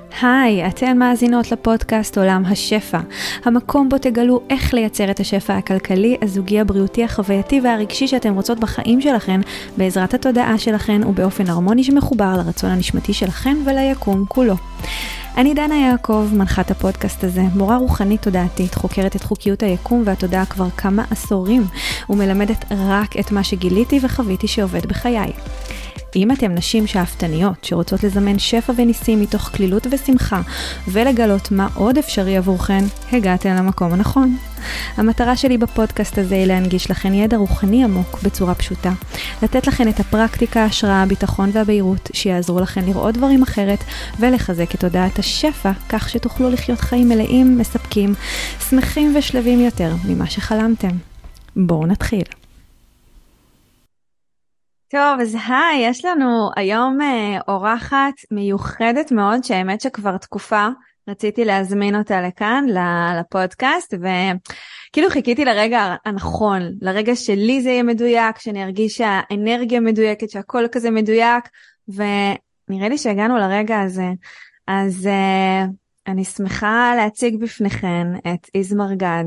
היי, אתן מאזינות לפודקאסט עולם השפע, המקום בו תגלו איך לייצר את השפע הכלכלי, הזוגי, הבריאותי, החווייתי והרגשי שאתן רוצות בחיים שלכן, בעזרת התודעה שלכן ובאופן הרמוני שמחובר לרצון הנשמתי שלכן וליקום כולו. אני דנה יעקב, מנחת הפודקאסט הזה, מורה רוחנית תודעתית, חוקרת את חוקיות היקום והתודעה כבר כמה עשורים, ומלמדת רק את מה שגיליתי וחוויתי שעובד בחיי. אם אתם נשים שאפתניות שרוצות לזמן שפע וניסים מתוך כלילות ושמחה ולגלות מה עוד אפשרי עבורכן, הגעתם למקום הנכון. המטרה שלי בפודקאסט הזה היא להנגיש לכן ידע רוחני עמוק בצורה פשוטה, לתת לכן את הפרקטיקה, ההשראה, הביטחון והבהירות שיעזרו לכן לראות דברים אחרת ולחזק את תודעת השפע כך שתוכלו לחיות חיים מלאים, מספקים, שמחים ושלבים יותר ממה שחלמתם. בואו נתחיל. טוב, אז היי, יש לנו היום אורחת מיוחדת מאוד, שהאמת שכבר תקופה רציתי להזמין אותה לכאן, לפודקאסט, וכאילו חיכיתי לרגע הנכון, לרגע שלי זה יהיה מדויק, שאני ארגיש שהאנרגיה מדויקת, שהכל כזה מדויק, ונראה לי שהגענו לרגע הזה. אז אני שמחה להציג בפניכן את איזמר גד,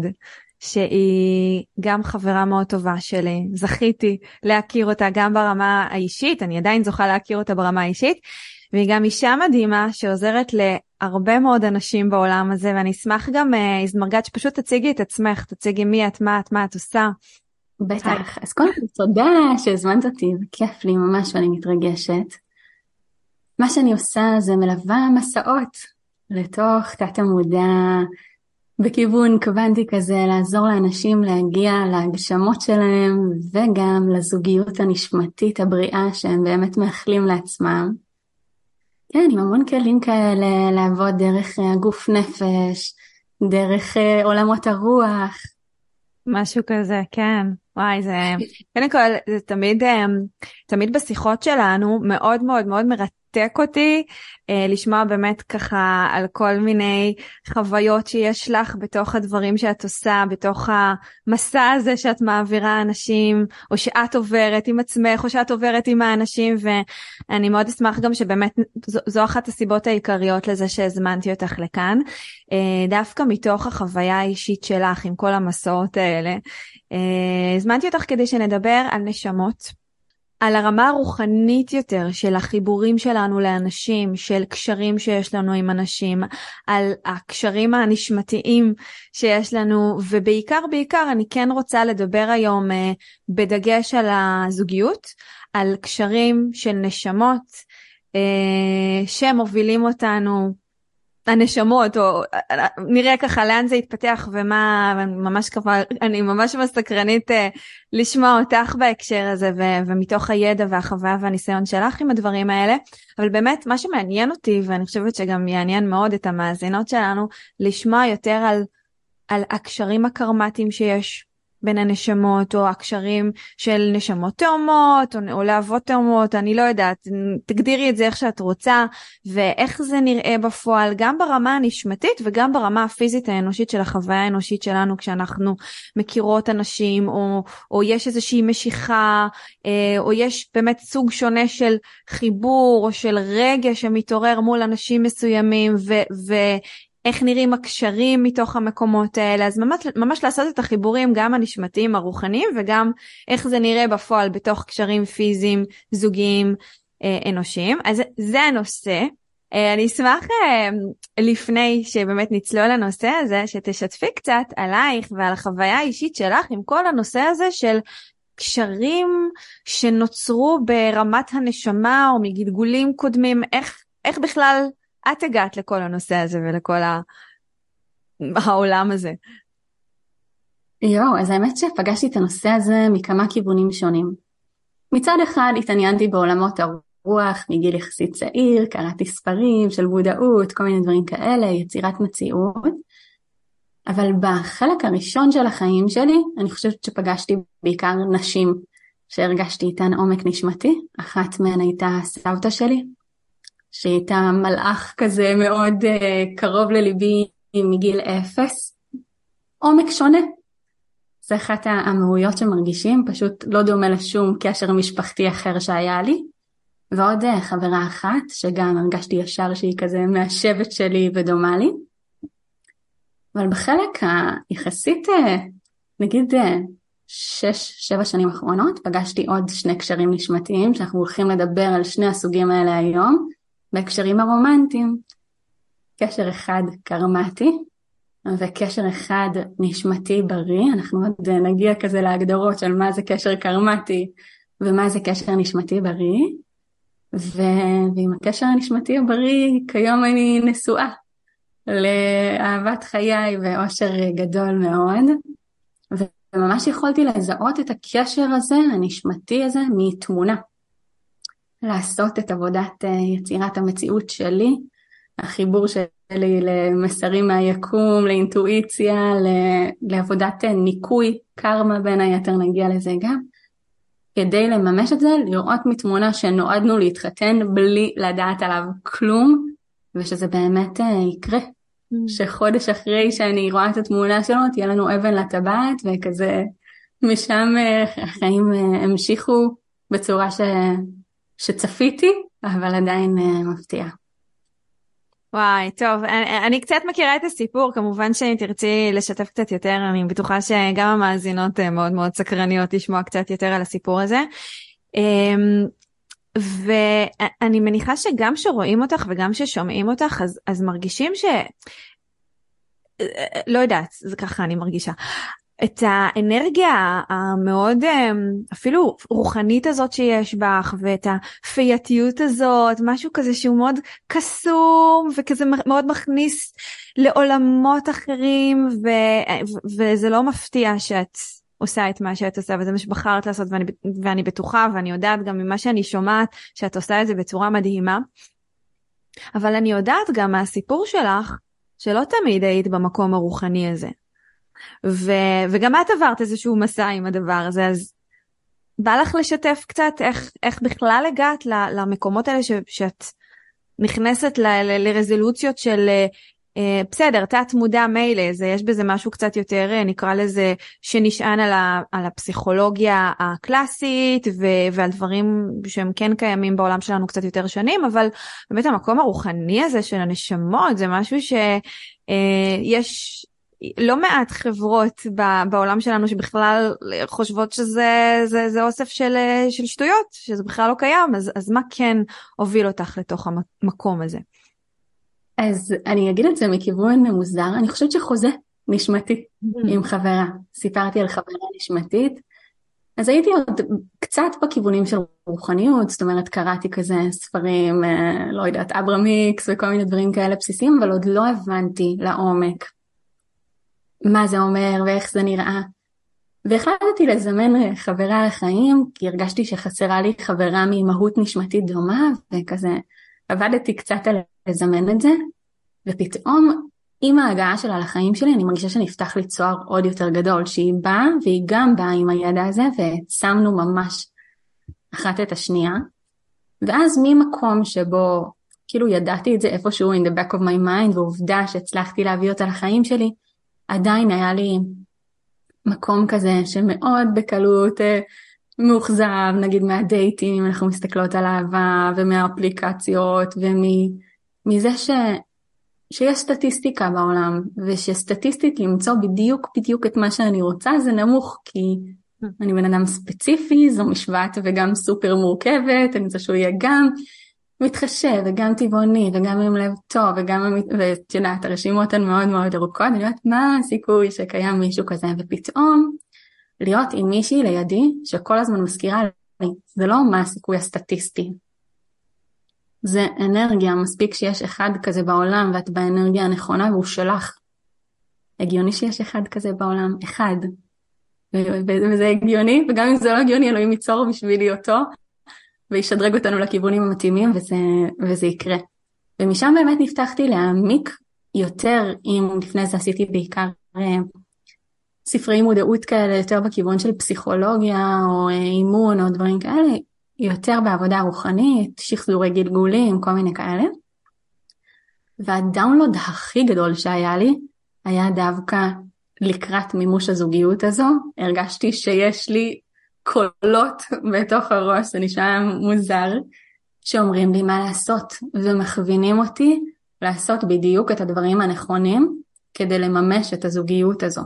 שהיא גם חברה מאוד טובה שלי, זכיתי להכיר אותה גם ברמה האישית, אני עדיין זוכה להכיר אותה ברמה האישית, והיא גם אישה מדהימה שעוזרת להרבה מאוד אנשים בעולם הזה, ואני אשמח גם, איזמר גד, שפשוט תציגי את עצמך, תציגי מי את, מה את עושה. בטח, אז קודם כל תודה שהזמנת אותי, וכיף לי ממש ואני מתרגשת. מה שאני עושה זה מלווה מסעות לתוך תת המודע, בכיוון קוונטי כזה, לעזור לאנשים להגיע להגשמות שלהם, וגם לזוגיות הנשמתית הבריאה שהם באמת מאחלים לעצמם. כן, עם המון כלים כאלה, לעבוד דרך הגוף נפש, דרך עולמות הרוח. משהו כזה, כן. וואי, זה, קודם כל, זה תמיד בשיחות שלנו, מאוד מאוד מאוד מרתק אותי, לשמוע באמת ככה על כל מיני חוויות שיש לך בתוך הדברים שאת עושה, בתוך המסע הזה שאת מעבירה אנשים, או שאת עוברת עם עצמך, או שאת עוברת עם האנשים, ואני מאוד אשמח גם שבאמת, זו אחת הסיבות העיקריות לזה שהזמנתי אותך לכאן, דווקא מתוך החוויה האישית שלך, עם כל המסעות האלה, הזמנתי אותך כדי שנדבר על נשמות, על הרמה הרוחנית יותר של החיבורים שלנו לאנשים, של קשרים שיש לנו עם אנשים, על הקשרים הנשמתיים שיש לנו, ובעיקר אני כן רוצה לדבר היום בדגש על הזוגיות, על קשרים של נשמות שמובילים אותנו, הנשמות, או נראה ככה לאן זה יתפתח ומה, ממש כבר, אני ממש מסקרנית לשמוע אותך בהקשר הזה, ומתוך הידע והחוויה והניסיון שלך עם הדברים האלה, אבל באמת מה שמעניין אותי, ואני חושבת שגם יעניין מאוד את המאזינות שלנו, לשמוע יותר על הקשרים הקרמטיים שיש בין הנשמות, או הקשרים של נשמות תאומות, או לאבות תאומות, אני לא יודעת, תגדירי את זה איך שאת רוצה, ואיך זה נראה בפועל, גם ברמה הנשמתית, וגם ברמה הפיזית האנושית של החוויה האנושית שלנו, כשאנחנו מכירות אנשים, או יש איזושהי משיכה, או יש באמת סוג שונה של חיבור, או של רגע שמתעורר מול אנשים מסוימים, איך נראים הקשרים מתוך המקומות האלה, אז ממש לעשות את החיבורים גם הנשמתיים הרוחניים, וגם איך זה נראה בפועל בתוך קשרים פיזיים, זוגיים, אנושיים. אז זה הנושא. אני אשמח לפני שבאמת נצלול לנושא הזה, שתשתפי קצת עלייך ועל החוויה האישית שלך עם כל הנושא הזה של קשרים שנוצרו ברמת הנשמה או מגלגולים קודמים, איך בכלל את הגעת לכל הנושא הזה ולכל העולם הזה? אז האמת שפגשתי את הנושא הזה מכמה כיוונים שונים. מצד אחד התעניינתי בעולמות הרוח מגיל יחסית צעיר, קראתי ספרים של מודעות, כל מיני דברים כאלה, יצירת מציאות. אבל בחלק הראשון של החיים שלי, אני חושבת שפגשתי בעיקר נשים שהרגשתי איתן עומק נשמתי. אחת מהן הייתה סבתא שלי, שהייתה מלאך כזה מאוד קרוב לליבי מגיל 0. עומק שונה. זה אחת המהויות שמרגישים, פשוט לא דומה לשום קשר משפחתי אחר שהיה לי. ועוד חברה אחת, שגם הרגשתי ישר שהיא כזה מהשבט שלי ודומה לי. אבל בחלק היחסית, נגיד 6-7 שנים אחרונות, פגשתי עוד 2 קשרים נשמתיים, שאנחנו הולכים לדבר על שני הסוגים האלה היום, בהקשרים הרומנטיים. קשר אחד קרמטי, וקשר אחד נשמתי בריא. אנחנו עוד נגיע כזה להגדרות של מה זה קשר קרמטי, ומה זה קשר נשמתי בריא. ועם הקשר הנשמתי הבריא, כיום אני נשואה לאהבת חיי ואושר גדול מאוד. וממש יכולתי לזהות את הקשר הזה, הנשמתי הזה, מתמונה. לעשות את עבודת יצירת המציאות שלי, החיבור שלי למסרים מהיקום, לאינטואיציה, לעבודת ניקוי, קרמה בין היתר, נגיע לזה גם. כדי לממש את זה, לראות מתמונה שנועדנו להתחתן בלי לדעת עליו כלום, ושזה באמת יקרה. שחודש אחרי שאני רואה את התמונה שלו, תהיה לנו אבן לטבעת, וכזה משם החיים המשיכו בצורה שצפיתי, אבל עדיין מפתיע. וואי, טוב, אני קצת מכירה את הסיפור, כמובן שאם תרצי לשתף קצת יותר, אני בטוחה שגם המאזינות מאוד מאוד סקרניות לשמוע קצת יותר על הסיפור הזה. ואני מניחה שגם שרואים אותך וגם ששומעים אותך, אז מרגישים לא יודעת, זה ככה אני מרגישה. את האנרגיה המאוד אפילו רוחנית הזאת שיש בך, ואת הפייתיות הזאת, משהו כזה שהוא מאוד קסום, וכזה מאוד מכניס לעולמות אחרים, וזה לא מפתיע שאת עושה את מה שאת עושה, וזה מה שבחרת לעשות, ואני בטוחה, ואני יודעת גם ממה שאני שומעת, שאת עושה את זה בצורה מדהימה. אבל אני יודעת גם מהסיפור שלך, שלא תמיד היית במקום הרוחני הזה. וגם את עברת איזשהו מסע עם הדבר הזה, אז בא לך לשתף קצת איך בכלל הגעת למקומות האלה שאת נכנסת לרזולוציות של בסדר, תת מודע מילא, יש בזה משהו קצת יותר, נקרא לזה, שנשען על הפסיכולוגיה הקלאסית, ועל דברים שהם כן קיימים בעולם שלנו קצת יותר שנים, אבל באמת המקום הרוחני הזה של הנשמות, זה משהו שיש לא מעט חברות בעולם שלנו שבכלל חושבות שזה אוסף של שטויות, שזה בכלל לא קיים, אז מה כן הוביל אותך לתוך המקום הזה? אז אני אגיד את זה מכיוון מוזר, אני חושבת שחוזה נשמתי עם חברה, סיפרתי על חברה נשמתית, אז הייתי עוד קצת בכיוונים של רוחניות, זאת אומרת קראתי כזה ספרים, לא יודעת, אברמיקס וכל מיני דברים כאלה בסיסיים, אבל עוד לא הבנתי לעומק מה זה אומר ואיך זה נראה, והחלטתי לזמן חברה לחיים, כי הרגשתי שחסרה לי חברה ממהות נשמתית דומה, וכזה עבדתי קצת על לזמן את זה, ופתאום עם ההגעה שלה לחיים שלי, אני מרגישה שנפתח לי צוהר עוד יותר גדול, שהיא באה והיא גם באה עם הידע הזה, ושמנו ממש אחת את השנייה, ואז ממקום שבו כאילו ידעתי את זה איפשהו in the back of my mind, ועובדה שהצלחתי להביא אותה לחיים שלי, עדיין היה לי מקום כזה שמאוד בקלות מאוחזב, נגיד מהדייטים, אם אנחנו מסתכלות על אהבה, ומהאפליקציות, ומזה שיש סטטיסטיקה בעולם, ושסטטיסטית למצוא בדיוק את מה שאני רוצה, זה נמוך, כי אני בן אדם ספציפי, זו משוואת וגם סופר מורכבת, אני רוצה שהוא יהיה גם מתחשב, וגם טבעוני, וגם עם לב טוב, ואת יודעת, הרשימות הן מאוד מאוד ארוכות, אני יודעת מה הסיכוי שקיים מישהו כזה, ופתאום להיות עם מישהי לידי, שכל הזמן מזכירה לי, זה לא מה הסיכוי הסטטיסטי, זה אנרגיה, מספיק שיש אחד כזה בעולם, ואת באנרגיה הנכונה, והוא שלך. הגיוני שיש אחד כזה בעולם, אחד. וזה הגיוני, וגם אם זה לא הגיוני, אלוהים ייצור בשבילי אותו, וישדרג אותנו לכיוונים המתאימים, וזה יקרה. ומשם באמת נפתחתי להעמיק יותר, אם לפני זה עשיתי בעיקר ספרי מודעות כאלה, יותר בכיוון של פסיכולוגיה, או אימון, או דברים כאלה, יותר בעבודה רוחנית, שחזורי גלגולים, כל מיני כאלה. והדאונלוד הכי גדול שהיה לי, היה דווקא לקראת מימוש הזוגיות הזו. הרגשתי שיש לי קולות בתוך הראש, זה נשמע מוזר, שאומרים לי מה לעשות, ומכווינים אותי לעשות בדיוק את הדברים הנכונים, כדי לממש את הזוגיות הזו.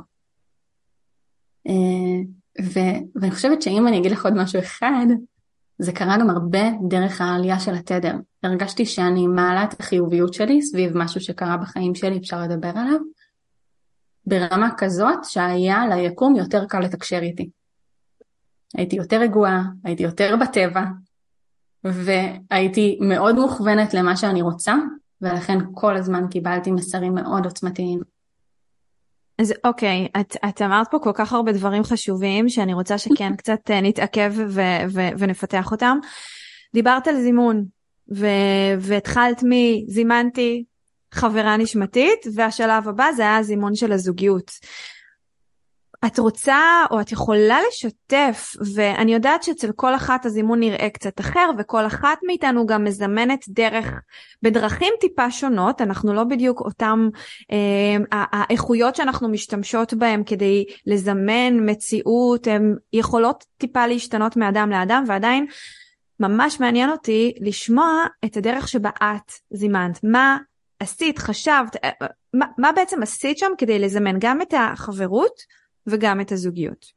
ואני חושבת שאם אני אגיד לך עוד משהו אחד, זה קרה גם הרבה דרך העלייה של התדר. הרגשתי שאני מעלה את החיוביות שלי סביב משהו שקרה בחיים שלי, אפשר לדבר עליו, ברמה כזאת שהיה ליקום יותר קל לתקשר איתי. הייתי יותר רגועה, הייתי יותר בטבע, והייתי מאוד מוכוונת למה שאני רוצה, ולכן כל הזמן קיבלתי מסרים מאוד עוצמתיים. אז אוקיי, את אמרת פה כל כך הרבה דברים חשובים, שאני רוצה שכן קצת נתעכב ונפתח אותם. דיברת על זימון, והתחלת זימנתי חברה נשמתית, והשלב הבא זה היה הזימון של הזוגיות. את רוצה או את יכולה לשתף, ואני יודעת שאצל כל אחת הזימון נראה קצת אחר, וכל אחת מאיתנו גם מזמנת בדרכים טיפה שונות, אנחנו לא בדיוק אותם האיכויות שאנחנו משתמשות בהם כדי לזמן מציאות, הן יכולות טיפה להשתנות מאדם לאדם, ועדיין ממש מעניין אותי לשמוע את הדרך שבה את זימנת, מה עשית, חשבת, מה בעצם עשית שם כדי לזמן גם את החברות, וגם את הזוגיות.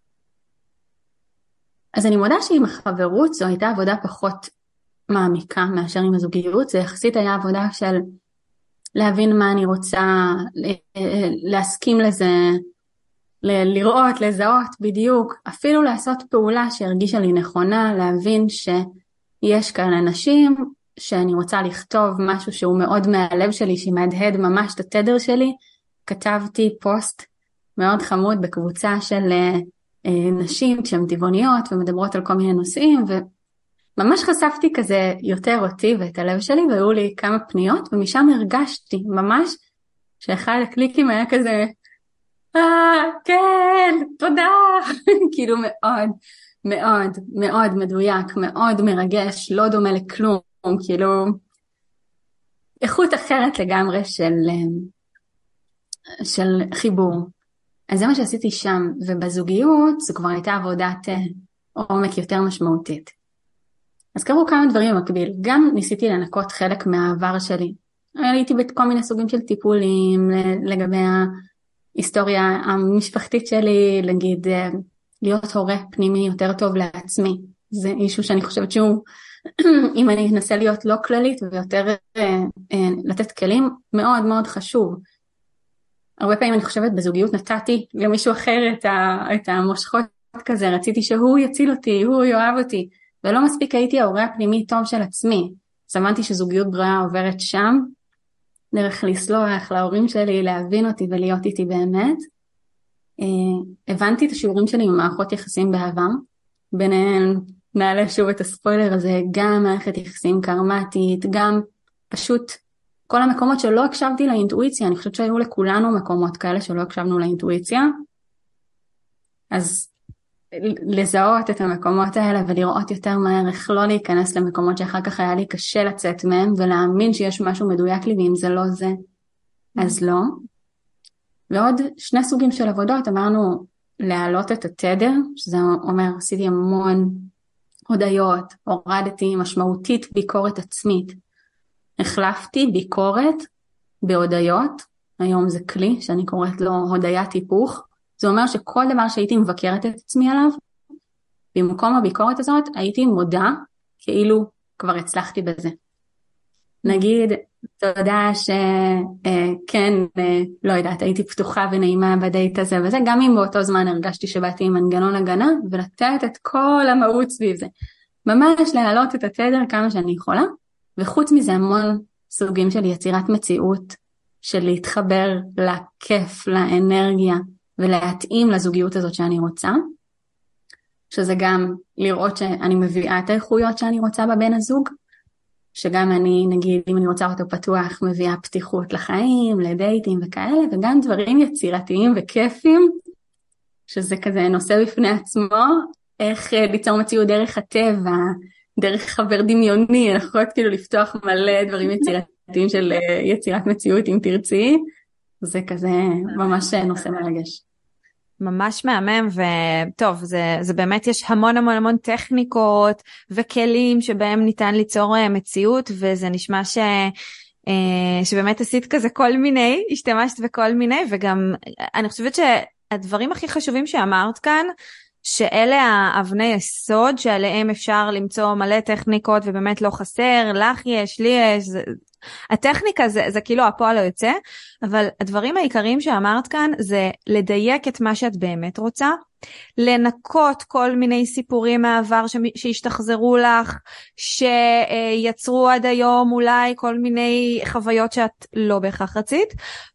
אז אני מודה שעם החברות זו הייתה עבודה פחות מעמיקה מאשר עם הזוגיות, זה יחסית היה עבודה של להבין מה אני רוצה, להסכים לזה, לראות, לזהות בדיוק, אפילו לעשות פעולה שהרגישה לי נכונה, להבין שיש כאן אנשים שאני רוצה לכתוב משהו שהוא מאוד מהלב שלי, שמהדהד ממש את התדר שלי, כתבתי פוסט מאוד חמוד בקבוצה של נשים שהן טבעוניות ומדברות על כל מיני נושאים, וממש חשפתי כזה יותר אותי ואת הלב שלי, והיו לי כמה פניות, ומשם הרגשתי ממש שאחד הקליקים היה כזה, כן, תודה, כאילו מאוד מאוד מאוד מדויק, מאוד מרגש, לא דומה לכלום, כאילו איכות אחרת לגמרי של חיבור. אז זה מה שעשיתי שם, ובזוגיות זו כבר הייתה עבודת עומק יותר משמעותית. אז קרו כמה דברים במקביל, גם ניסיתי לנקות חלק מהעבר שלי. הייתי בכל מיני סוגים של טיפולים, לגבי ההיסטוריה המשפחתית שלי, להגיד, להיות הורה פנימי יותר טוב לעצמי. זה אישו שאני חושבת שהוא, אם אני אנסה להיות לא כללית ויותר לתת כלים, מאוד מאוד חשוב. הרבה פעמים אני חושבת בזוגיות נתתי למישהו אחר את המושכות כזה, רציתי שהוא יציל אותי, הוא יאהב אותי, ולא מספיק הייתי ההורה הפנימי טוב של עצמי. זמנתי שזוגיות בריאה עוברת שם, דרך לסלוח להורים שלי, להבין אותי ולהיות איתי באמת. הבנתי את השיעורים שלי ממערכות יחסים בעבר, ביניהן נעלה שוב את הספוילר הזה, גם מערכת יחסים קרמטית, גם פשוט כל המקומות שלא הקשבתי לאינטואיציה, אני חושבת שהיו לכולנו מקומות כאלה שלא הקשבנו לאינטואיציה, אז לזהות את המקומות האלה ולראות יותר מהר איך לא להיכנס למקומות שאחר כך היה לי קשה לצאת מהם, ולהאמין שיש משהו מדויק לי, ואם זה לא זה, אז לא. ועוד שני סוגים של עבודות, אמרנו להעלות את התדר, שזה אומר, עשיתי המון הודיות, הורדתי משמעותית ביקורת עצמית, החלפתי ביקורת בהודיות, היום זה כלי שאני קוראת לו הודיית היפוך, זה אומר שכל דבר שהייתי מבקרת את עצמי עליו, במקום הביקורת הזאת הייתי מודה כאילו כבר הצלחתי בזה. נגיד, תודה שכן, לא יודעת, הייתי פתוחה ונעימה בדייט הזה וזה, גם אם באותו זמן הרגשתי שבאתי עם מנגנון הגנה, ולתת את כל המהות סביב זה. ממש להעלות את התדר כמה שאני יכולה, וחוץ מזה המון סוגים של יצירת מציאות, של להתחבר לכיף, לאנרגיה, ולהתאים לזוגיות הזאת שאני רוצה, שזה גם לראות שאני מביאה את האיכויות שאני רוצה בבן הזוג, שגם אני, נגיד, אם אני רוצה אותו פתוח, מביאה פתיחות לחיים, לדייטים וכאלה, וגם דברים יצירתיים וכיפים, שזה כזה נושא בפני עצמו, איך ליצור מציאות דרך הטבע, דרך חבר דמיוני, אנחנו יכולים כאילו לפתוח מלא דברים יצירתיים של יצירת מציאות, אם תרצי, זה כזה ממש נושא מרגש. ממש מהמם, וטוב, זה באמת יש המון המון המון טכניקות וכלים שבהם ניתן ליצור מציאות, וזה נשמע שבאמת עשית כזה כל מיני, השתמשת בכל מיני, וגם אני חושבת שהדברים הכי חשובים שאמרת כאן, שאלה האבני יסוד שעליהם אפשר למצוא מלא טכניקות, ובאמת לא חסר, לך יש, לי יש, הטכניקה זה כאילו הפועל היוצא, אבל הדברים העיקריים שאמרת כאן זה לדייק את מה שאת באמת רוצה, לנקות כל מיני סיפורים מהעבר שהשתחזרו לך, שיצרו עד היום אולי כל מיני חוויות שאת לא בהכרח רצית,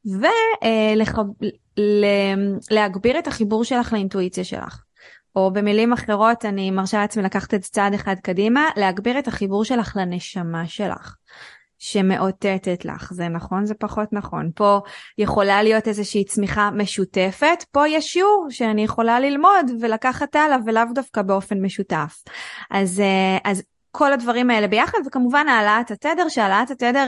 ולהגביר את החיבור שלך לאינטואיציה שלך. או במילים אחרות, אני מרשה לעצמי לקחת את זה צעד אחד קדימה, להגביר את החיבור שלך לנשמה שלך, שמאותתת לך. זה נכון? זה פחות נכון. פה יכולה להיות איזושהי צמיחה משותפת, פה יש שיעור שאני יכולה ללמוד ולקחת עליו, ולאו דווקא באופן משותף. אז כל הדברים האלה ביחד, וכמובן העלאת התדר, שהעלאת התדר,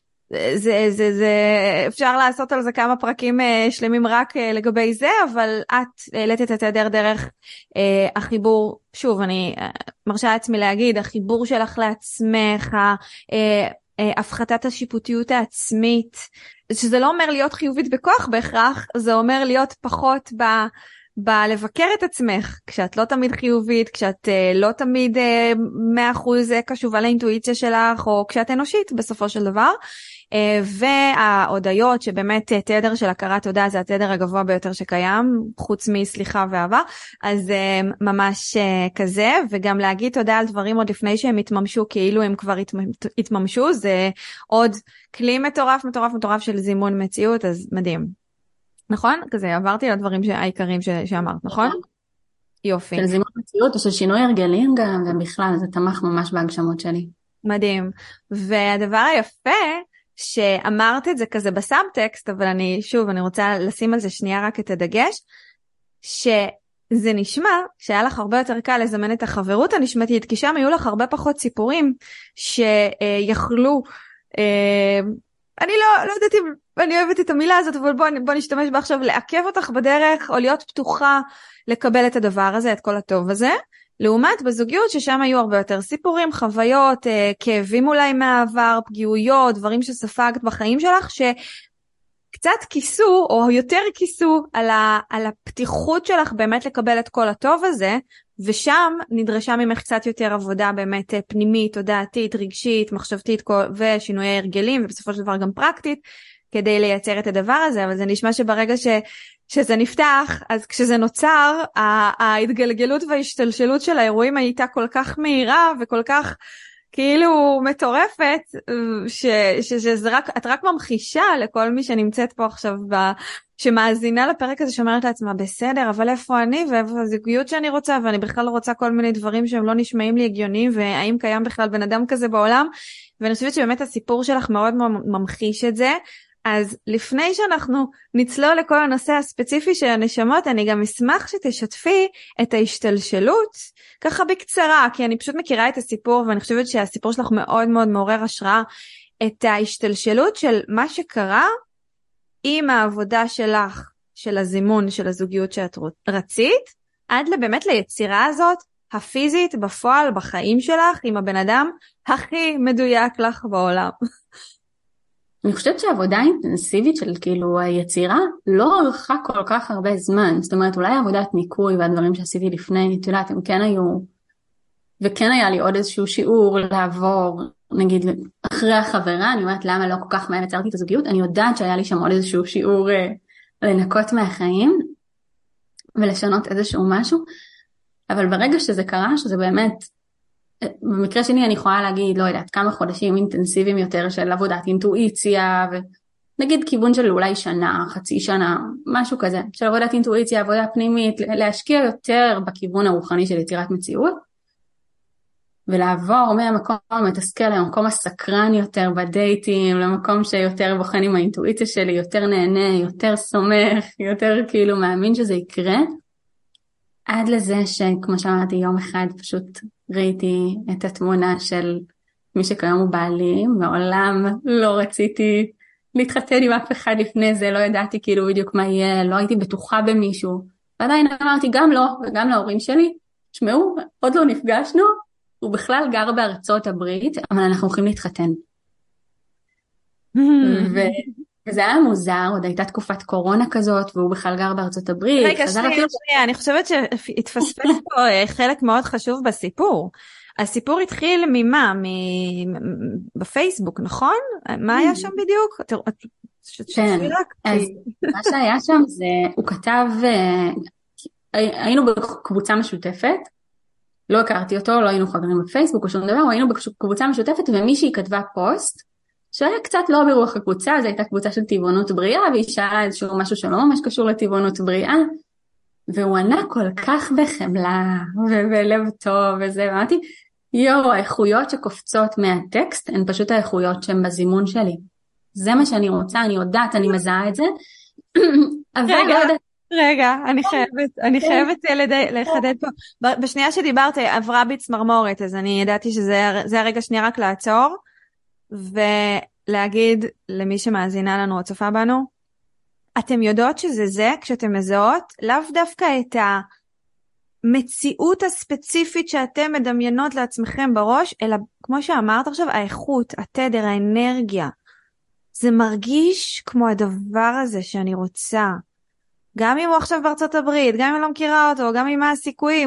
אפשר לעשות על זה כמה פרקים שלמים רק לגבי זה, אבל את העלית את התדר דרך החיבור, שוב, אני מרשה לעצמי להגיד, החיבור שלך לעצמך, הפחתת השיפוטיות העצמית, שזה לא אומר להיות חיובית בכוח בהכרח, זה אומר להיות פחות בלבקר את עצמך, כשאת לא תמיד חיובית, כשאת לא תמיד 100% קשובה לאינטואיציה שלך, או כשאת אנושית בסופו של דבר, וההודיות שבאמת תדר של הכרת תודה זה התדר הגבוה ביותר שקיים, חוץ מסליחה ואהבה, אז ממש כזה, וגם להגיד תודה על דברים עוד לפני שהם התממשו, כאילו הם כבר התממשו, זה עוד כלי מטורף מטורף מטורף של זימון מציאות, אז מדהים. נכון? כזה, עברתי על הדברים העיקריים שאמרת, נכון? יופי. של זימון מציאות, או של שינוי הרגלים גם, ובכלל, זה תמך ממש בהגשמות שלי. מדהים. והדבר היפה, שאמרת את זה כזה בסאבטקסט, אבל אני רוצה לשים על זה שנייה רק את הדגש, שזה נשמע שהיה לך הרבה יותר קל לזמן את החברות הנשמתית, כי שם היו לך הרבה פחות סיפורים שיכלו, אני לא יודעת אם אני אוהבת את המילה הזאת, אבל בוא נשתמש בה עכשיו, לעכב אותך בדרך, או להיות פתוחה לקבל את הדבר הזה, את כל הטוב הזה, לעומת בזוגיות ששם היו הרבה יותר סיפורים, חוויות, כאבים אולי מהעבר, פגיעויות, דברים שספגת בחיים שלך, שקצת כיסו, או יותר כיסו, על הפתיחות שלך באמת לקבל את כל הטוב הזה, ושם נדרשה ממך קצת יותר עבודה באמת פנימית, תודעתית, רגשית, מחשבתית, ושינויי הרגלים, ובסופו של דבר גם פרקטית, כדי לייצר את הדבר הזה, אבל זה נשמע שברגע שזה נפתח, אז כשזה נוצר, ההתגלגלות וההשתלשלות של האירועים הייתה כל כך מהירה, וכל כך כאילו מטורפת, את רק ממחישה לכל מי שנמצאת פה עכשיו, שמאזינה לפרק הזה שאומרת לעצמה, בסדר, אבל איפה אני, ואיפה הזוגיות שאני רוצה, ואני בכלל רוצה כל מיני דברים שהם לא נשמעים לי הגיוניים, והאם קיים בכלל בן אדם כזה בעולם, ואני חושבת שבאמת הסיפור שלך מאוד ממחיש את זה. אז לפני שאנחנו נצלול לכל הנושא הספציפי של הנשמות, אני גם אשמח שתשתפי את ההשתלשלות, ככה בקצרה, כי אני פשוט מכירה את הסיפור, ואני חושבת שהסיפור שלך מאוד מאוד מעורר השראה, את ההשתלשלות של מה שקרה, עם העבודה שלך, של הזימון, של הזוגיות שאת רצית, עד באמת ליצירה הזאת, הפיזית, בפועל, בחיים שלך, עם הבן אדם הכי מדויק לך בעולם. אני חושבת שהעבודה האינטנסיבית של כאילו היצירה לא ארכה כל כך הרבה זמן. זאת אומרת, אולי עבודת ניקוי והדברים שעשיתי לפני, את יודעת, הם כן היו, וכן היה לי עוד איזשהו שיעור לעבור, נגיד, אחרי החברה, אני אומרת למה לא כל כך מהר יצרתי את הזוגיות, אני יודעת שהיה לי שם עוד איזשהו שיעור לנקות מהחיים, ולשנות איזשהו משהו, אבל ברגע שזה קרה, שזה באמת, במקרה שני אני יכולה להגיד, לא יודעת, כמה חודשים אינטנסיביים יותר של עבודת אינטואיציה, ונגיד כיוון של אולי שנה, חצי שנה, משהו כזה, של עבודת אינטואיציה, עבודה פנימית, להשקיע יותר בכיוון הרוחני של יצירת מציאות, ולעבור מהמקום המתסכל למקום הסקרן יותר בדייטים, למקום שיותר בוחן עם האינטואיציה שלי, יותר נהנה, יותר סומך, יותר כאילו מאמין שזה יקרה, עד לזה שכמו שאמרתי יום אחד פשוט ראיתי את התמונה של מי שכיום הוא בעלי, מעולם לא רציתי להתחתן עם אף אחד לפני זה, לא ידעתי כאילו בדיוק מה יהיה, לא הייתי בטוחה במישהו, ועדיין אמרתי גם לו וגם להורים שלי, תשמעו, עוד לא נפגשנו, הוא בכלל גר בארצות הברית, אבל אנחנו הולכים להתחתן. וזה היה מוזר, עוד הייתה תקופת קורונה כזאת, והוא בכלל גר בארצות הברית. רגע, שנייה, אני חושבת שהתפספס פה חלק מאוד חשוב בסיפור. הסיפור התחיל ממה? בפייסבוק, נכון? מה היה שם בדיוק? כן, אז מה שהיה שם זה, הוא כתב, היינו בקבוצה משותפת, לא הכרתי אותו, לא היינו חברים בפייסבוק או שום דבר, היינו בקבוצה משותפת, ומישהי כתבה פוסט, שהיה קצת לא ברוח הקבוצה, זו הייתה קבוצה של טבעונות בריאה, והיא שאלה איזשהו משהו שלא ממש קשור לטבעונות בריאה, והוא ענה כל כך בחמלה, ובלב טוב וזה, ואמרתי, האיכויות שקופצות מהטקסט, הן פשוט האיכויות שהן בזימון שלי. זה מה שאני רוצה, אני יודעת, אני מזהה את זה. רגע, אני חייבת לחדד פה. בשנייה שדיברת עברה בי צמרמורת, אז אני ידעתי שזה הרגע שנייה רק לעצור, ולהגיד למי שמאזינה לנו או צופה בנו, אתם יודעות שזה זה, כשאתם מזהות, לאו דווקא את המציאות הספציפית שאתם מדמיינות לעצמכם בראש, אלא כמו שאמרת עכשיו, האיכות, התדר, האנרגיה. זה מרגיש כמו הדבר הזה שאני רוצה. גם אם הוא עכשיו בארצות הברית, גם אם אני לא מכירה אותו, גם אם מה הסיכויים,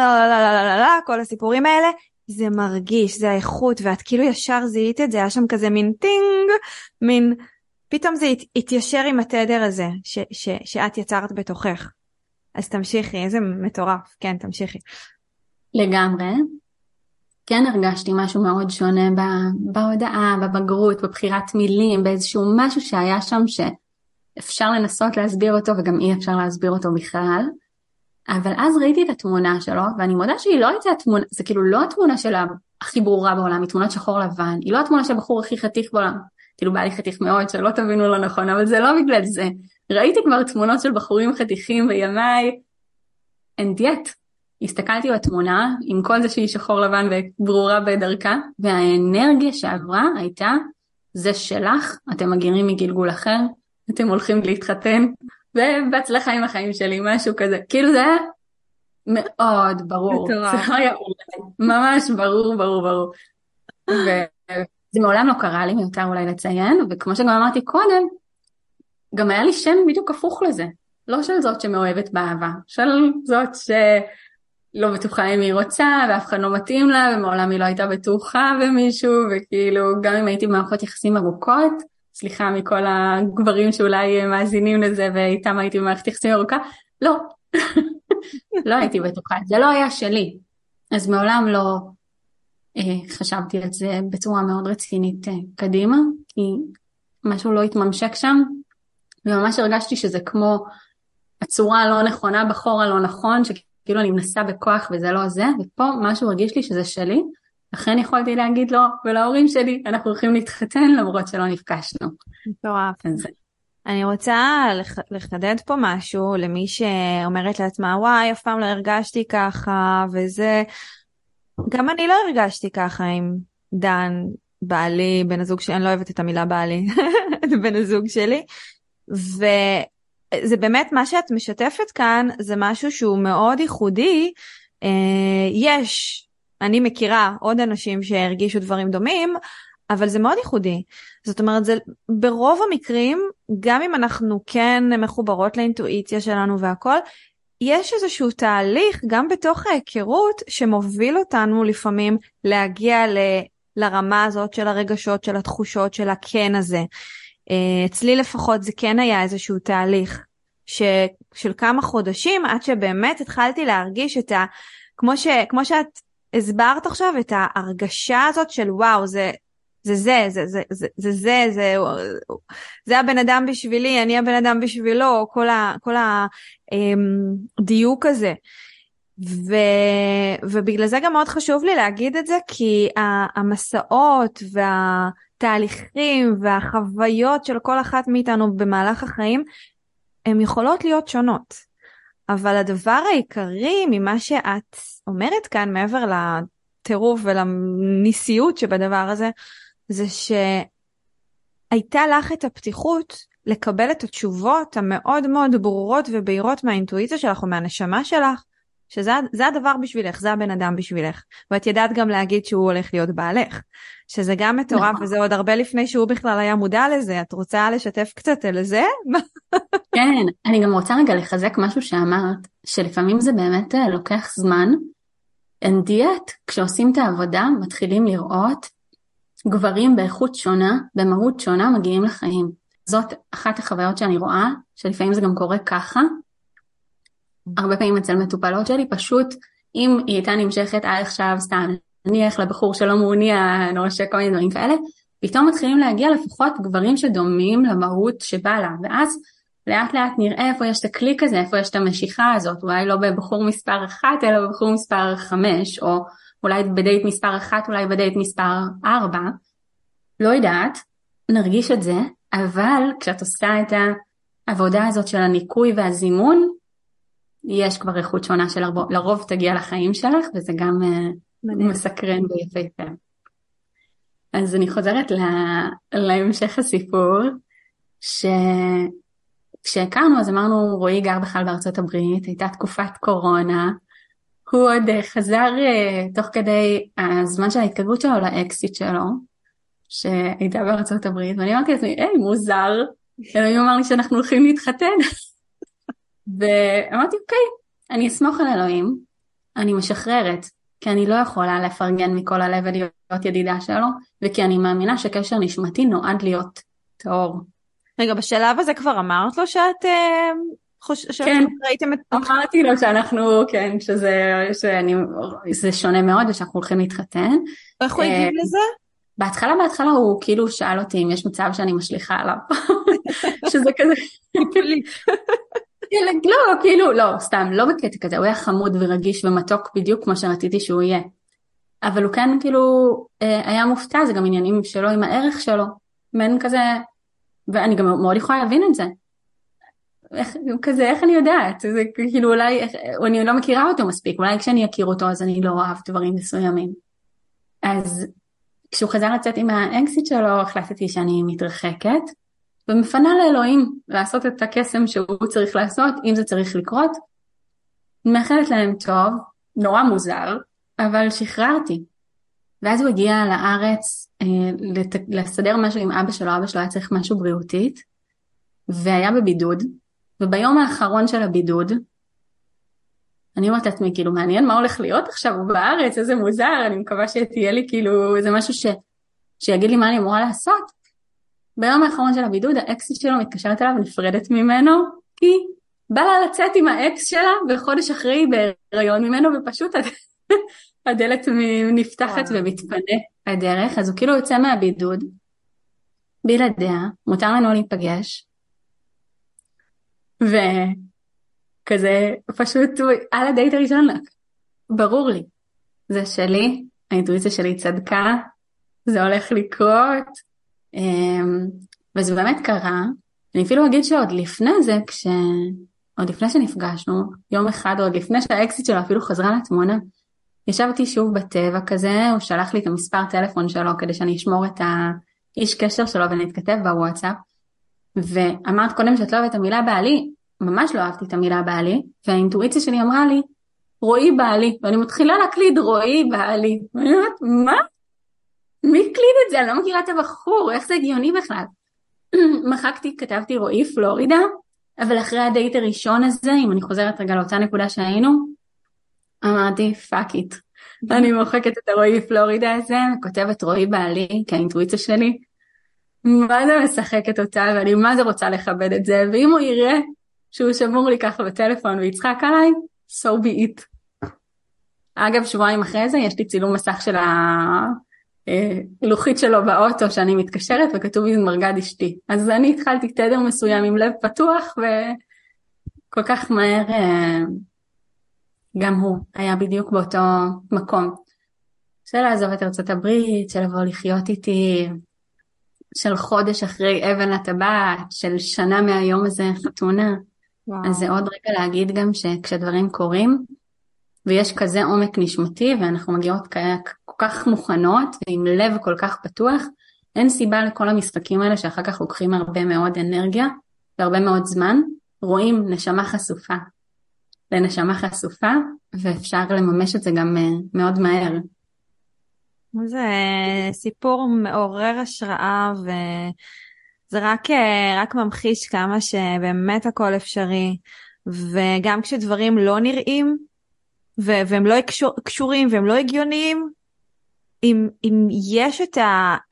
כל הסיפורים האלה, זה מרגיש, זה האיכות, ואת כאילו ישר זיהית את זה, היה שם כזה מין טינג, מין, פתאום זה התיישר עם התדר הזה, שאת יצרת בתוכך. אז תמשיכי, איזה מטורף, כן, תמשיכי. לגמרי. כן הרגשתי משהו מאוד שונה בהודעה, בבגרות, בבחירת מילים, באיזשהו משהו שהיה שם שאפשר לנסות להסביר אותו, וגם אי אפשר להסביר אותו בכלל. אבל אז ראיתי את התמונה שלו, ואני מודה שהיא לא הייתה התמונה, זה כאילו לא התמונה שלה הכי ברורה בעולם, היא תמונת שחור לבן, היא לא התמונה של הבחור הכי חתיך בעולם, כאילו בא לי חתיך מאוד, שלא תבינו לא נכון, אבל זה לא בגלל זה. ראיתי כבר תמונות של בחורים חתיכים בימיי, and yet, הסתכלתי בתמונה, עם כל זה שהיא שחור לבן וברורה בדרכה, והאנרגיה שעברה הייתה, זה שלך, אתם מגירים מגלגול אחר, אתם הולכים להתחתן, ובהצלחה עם החיים שלי, משהו כזה. כאילו זה היה מאוד ברור. זה היה ממש ברור, ברור, ברור. וזה מעולם לא קרה לי, מיותר אולי לציין, וכמו שגם אמרתי קודם, גם היה לי שם בדיוק הפוך לזה. לא של זאת שמאוהבת באהבה, של זאת שלא בטוחה אם היא רוצה, ואף אחד לא מתאים לה, ומעולם היא לא הייתה בטוחה במישהו, וכאילו גם אם הייתי במערכות יחסים ארוכות, סליחה מכל הגברים שאולי מאזינים לזה, ואיתם הייתי במערכת יחסים ארוכה, לא, לא הייתי בטוחה, זה לא היה שלי. אז מעולם לא חשבתי על זה בצורה מאוד רצינית קדימה, כי משהו לא התממשק שם, וממש הרגשתי שזה כמו הצורה הלא נכונה בחור הלא נכון, שכאילו אני מנסה בכוח וזה לא זה, ופה משהו הרגיש לי שזה שלי, לכן יכולתי להגיד לו ולהורים שלי, אנחנו הולכים להתחתן למרות שלא נפגשנו. מטורף. אני רוצה לחדד פה משהו למי שאומרת לעצמה, וואי, אף פעם לא הרגשתי ככה, וזה, גם אני לא הרגשתי ככה עם דן, בעלי, בן הזוג שלי, אני לא אוהבת את המילה בעלי, בן הזוג שלי, וזה באמת מה שאת משתפת כאן, זה משהו שהוא מאוד ייחודי, אני מכירה עוד אנשים שהרגישו דברים דומים, אבל זה מאוד ייחודי. זאת אומרת, זה ברוב המקרים, גם אם אנחנו כן מחוברות לאינטואיציה שלנו והכל, יש איזשהו תהליך גם בתוך ההיכרות שמוביל אותנו לפעמים להגיע לרמה הזאת של הרגשות, של התחושות, של הכן הזה. אצלי לפחות זה כן היה איזשהו תהליך של כמה חודשים, עד שבאמת התחלתי להרגיש את כמו שאת הסברת עכשיו, את ההרגשה הזאת של וואו, זה הבן אדם בשבילי, אני הבן אדם בשבילו, כל הדיוק הזה. ובגלל זה גם מאוד חשוב לי להגיד את זה, כי המסעות והתהליכים והחוויות של כל אחת מאיתנו במהלך החיים, הן יכולות להיות שונות. אבל הדבר העיקרי ממה שאת אומרת כאן, מעבר לטירוף ולניסיות שבדבר הזה, זה שהייתה לך את הפתיחות לקבל את התשובות המאוד מאוד ברורות ובהירות מהאינטואיציה שלך או מהנשמה שלך, שזה הדבר בשבילך, זה הבן אדם בשבילך. ואת ידעת גם להגיד שהוא הולך להיות בעלך, שזה גם מטורף, וזה עוד הרבה לפני שהוא בכלל היה מודע לזה. את רוצה לשתף קצת על זה? כן, אני גם רוצה רגע לחזק משהו שאמרת, שלפעמים זה באמת לוקח זמן. אין דיאט, כשעושים את העבודה, מתחילים לראות גברים באיכות שונה, במהות שונה, מגיעים לחיים. זאת אחת החוויות שאני רואה, שלפעמים זה גם קורה ככה. הרבה פעמים אצל מטופלות שלי, פשוט אם היא הייתה נמשכת עד עכשיו, סתם נניח לבחור שלא מעוניין, או שכל מיני דברים כאלה, פתאום מתחילים להגיע לפחות גברים שדומים למהות שבא לה, ואז לאט לאט נראה איפה יש את הקליק הזה, איפה יש את המשיכה הזאת, אולי לא בבחור מספר 1, אלא בבחור מספר 5, או אולי בדייט מספר 1, אולי בדייט מספר 4, לא יודעת, נרגיש את זה, אבל כשאת עושה את העבודה הזאת של הניקוי והזימון, יש כבר איכות שונה שלרוב תגיע לחיים שלך, וזה גם מסקרן ויפהפה. אז אני חוזרת להמשך הסיפור, כשהכרנו אז אמרנו, רועי גר בכלל בארצות הברית, הייתה תקופת קורונה, הוא עוד חזר תוך כדי הזמן של ההתקרבות שלו לאקסיט שלו, שהייתה בארצות הברית, ואני אמרתי לעצמי, מוזר, אלוהים אמר לי שאנחנו הולכים להתחתן. ואמרתי, אוקיי, אני אסמוך על אלוהים, אני משחררת, כי אני לא יכולה לפרגן מכל הלב ולהיות ידידה שלו, וכי אני מאמינה שקשר נשמתי נועד להיות טהור. רגע, בשלב הזה כבר אמרת לו שאת כן, ראיתם את... אמרתי לו שאנחנו, כן, שזה שונה מאוד ושאנחנו הולכים להתחתן. איך הוא הגיב לזה? בהתחלה הוא כאילו שאל אותי אם יש מצב שאני משליחה עליו, שזה כזה... לא, כאילו, לא, סתם, לא בקטע כזה, הוא היה חמוד ורגיש ומתוק בדיוק כמו שרציתי שהוא יהיה. אבל הוא כן כאילו היה מופתע, זה גם עניינים שלו עם הערך שלו, מן כזה, ואני גם מאוד יכולה להבין את זה. איך אני יודעת? זה כאילו אולי, אני לא מכירה אותו מספיק, אולי כשאני אכיר אותו אז אני לא אוהב דברים מסוימים. אז כשהוא חזר לצאת עם האקסיט שלו, החלטתי שאני מתרחקת, ומפנה לאלוהים לעשות את הקסם שהוא צריך לעשות, אם זה צריך לקרות. מאחלת להם טוב, נורא מוזר, אבל שחררתי. ואז הוא הגיע לארץ לסדר משהו עם אבא שלו היה צריך משהו בריאותית, והיה בבידוד, וביום האחרון של הבידוד, אני אומרת לעצמי, כאילו, מעניין מה הולך להיות עכשיו, הוא בארץ, איזה מוזר, אני מקווה שתהיה לי כאילו איזה משהו שיגיד לי מה אני אמורה לעשות. ביום האחרון של הבידוד, האקסיט שלו מתקשרת אליו ונפרדת ממנו, כי בא לה לצאת עם האקס שלה, וחודש אחרי בהיריון ממנו, ופשוט הדלת נפתחת ומתפנה הדרך, אז הוא כאילו יוצא מהבידוד, בלעדיה, מותר לנו להיפגש, וכזה פשוט על הדייט הראשון, ברור לי, זה שלי, האינטואיציה שלי צדקה, זה הולך לקרות, וזה באמת קרה. אני אפילו אגיד שעוד לפני זה, עוד לפני שנפגשנו, יום אחד, עוד לפני שהאקסיט שלו אפילו חזרה לתמונה, ישבתי שוב בטבע כזה, הוא שלח לי את המספר טלפון שלו, כדי שאני אשמור את האיש קשר שלו ונתכתב בוואטסאפ, ואמרת קודם שאת לא אוהבת את המילה בעלי, ממש לא אהבתי את המילה בעלי, והאינטואיציה שלי אמרה לי, רועי בעלי, ואני מתחילה להקליד רועי בעלי, ואני אומרת, מה? מי הקליד את זה? אני לא מכירה את הבחור, איך זה הגיוני בכלל? מחקתי, כתבתי רועי פלורידה, אבל אחרי הדייט הראשון הזה, אם אני חוזרת רגע לאותה נקודה שהיינו, אמרתי, fuck it. אני מוחקת את הרועי פלורידה הזה, וכותבת רועי בעלי, כי האינטואיציה שלי, מה זה משחקת אותה, ואני מה זה רוצה לכבד את זה, ואם הוא יראה שהוא שמור לי ככה בטלפון ויצחק עליי, so be it. אגב, שבועיים אחרי זה, יש לי צילום מסך של הלוחית שלו באוטו שאני מתקשרת, וכתוב עם מרגד אשתי. אז אני התחלתי תדר מסוים עם לב פתוח, וכל כך מהר גם הוא היה בדיוק באותו מקום. של לעזוב את ארצות הברית, של לבוא לחיות איתי, של חודש אחרי אבן הטבעת, של שנה מהיום הזה חתונה. וואו. אז זה עוד רגע להגיד גם שכשדברים קורים, ויש כזה עומק נשמתי, ואנחנו מגיעות כל כך מוכנות, ועם לב כל כך פתוח, אין סיבה לכל המשחקים האלה שאחר כך לוקחים הרבה מאוד אנרגיה והרבה מאוד זמן. רואים נשמה חשופה לנשמה חשופה, ואפשר לממש את זה גם מאוד מהר. זה סיפור מעורר השראה, וזה רק ממחיש כמה שבאמת הכל אפשרי, וגם כשדברים לא נראים, והם לא קשורים והם לא הגיוניים, אם יש את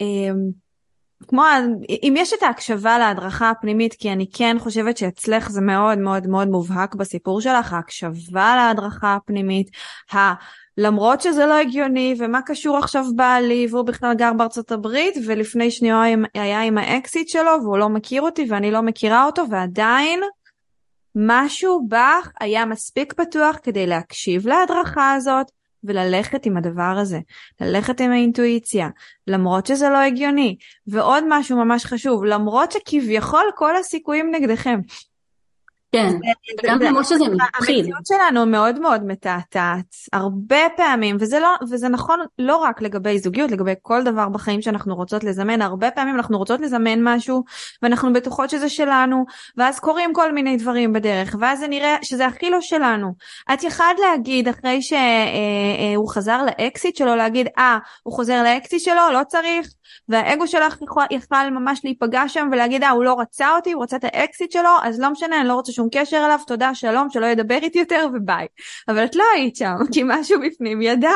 אם יש את ההקשבה להדרכה הפנימית, כי אני כן חושבת שאצלך זה מאוד מאוד מאוד מובהק בסיפור שלך, ההקשבה להדרכה הפנימית, למרות שזה לא הגיוני, ומה קשור עכשיו בעלי, והוא בכלל גר בארצות הברית, ולפני שנייה היה עם האקסיט שלו, והוא לא מכיר אותי ואני לא מכירה אותו, ועדיין משהו בך היה מספיק פתוח כדי להקשיב להדרכה הזאת, וללכת עם הדבר הזה, ללכת עם האינטואיציה, למרות שזה לא הגיוני. ועוד משהו ממש חשוב, למרות שכביכול כל הסיכויים נגדכם. כן, גם למרות שזה מפחיד. המציאות שלנו מאוד מאוד מתעתעת, הרבה פעמים, וזה נכון לא רק לגבי זוגיות, לגבי כל דבר בחיים שאנחנו רוצות לזמן, הרבה פעמים אנחנו רוצות לזמן משהו, ואנחנו בטוחות שזה שלנו, ואז קורים כל מיני דברים בדרך, ואז זה נראה שזה הכי לא שלנו. את יכולת להגיד, אחרי שהוא חזר לאקסיט שלו, להגיד, הוא חוזר לאקסיט שלו, לא צריך, והאגו שלך יכל ממש להיפגע שם ולהגיד, הוא לא רצה אותי, הוא רצה את האקסיט שלו, אז לא משנה, אני לא רוצה שום קשר אליו, תודה, שלום, שלא ידבר איתי יותר וביי. אבל את לא היית שם, כי משהו בפנים ידע.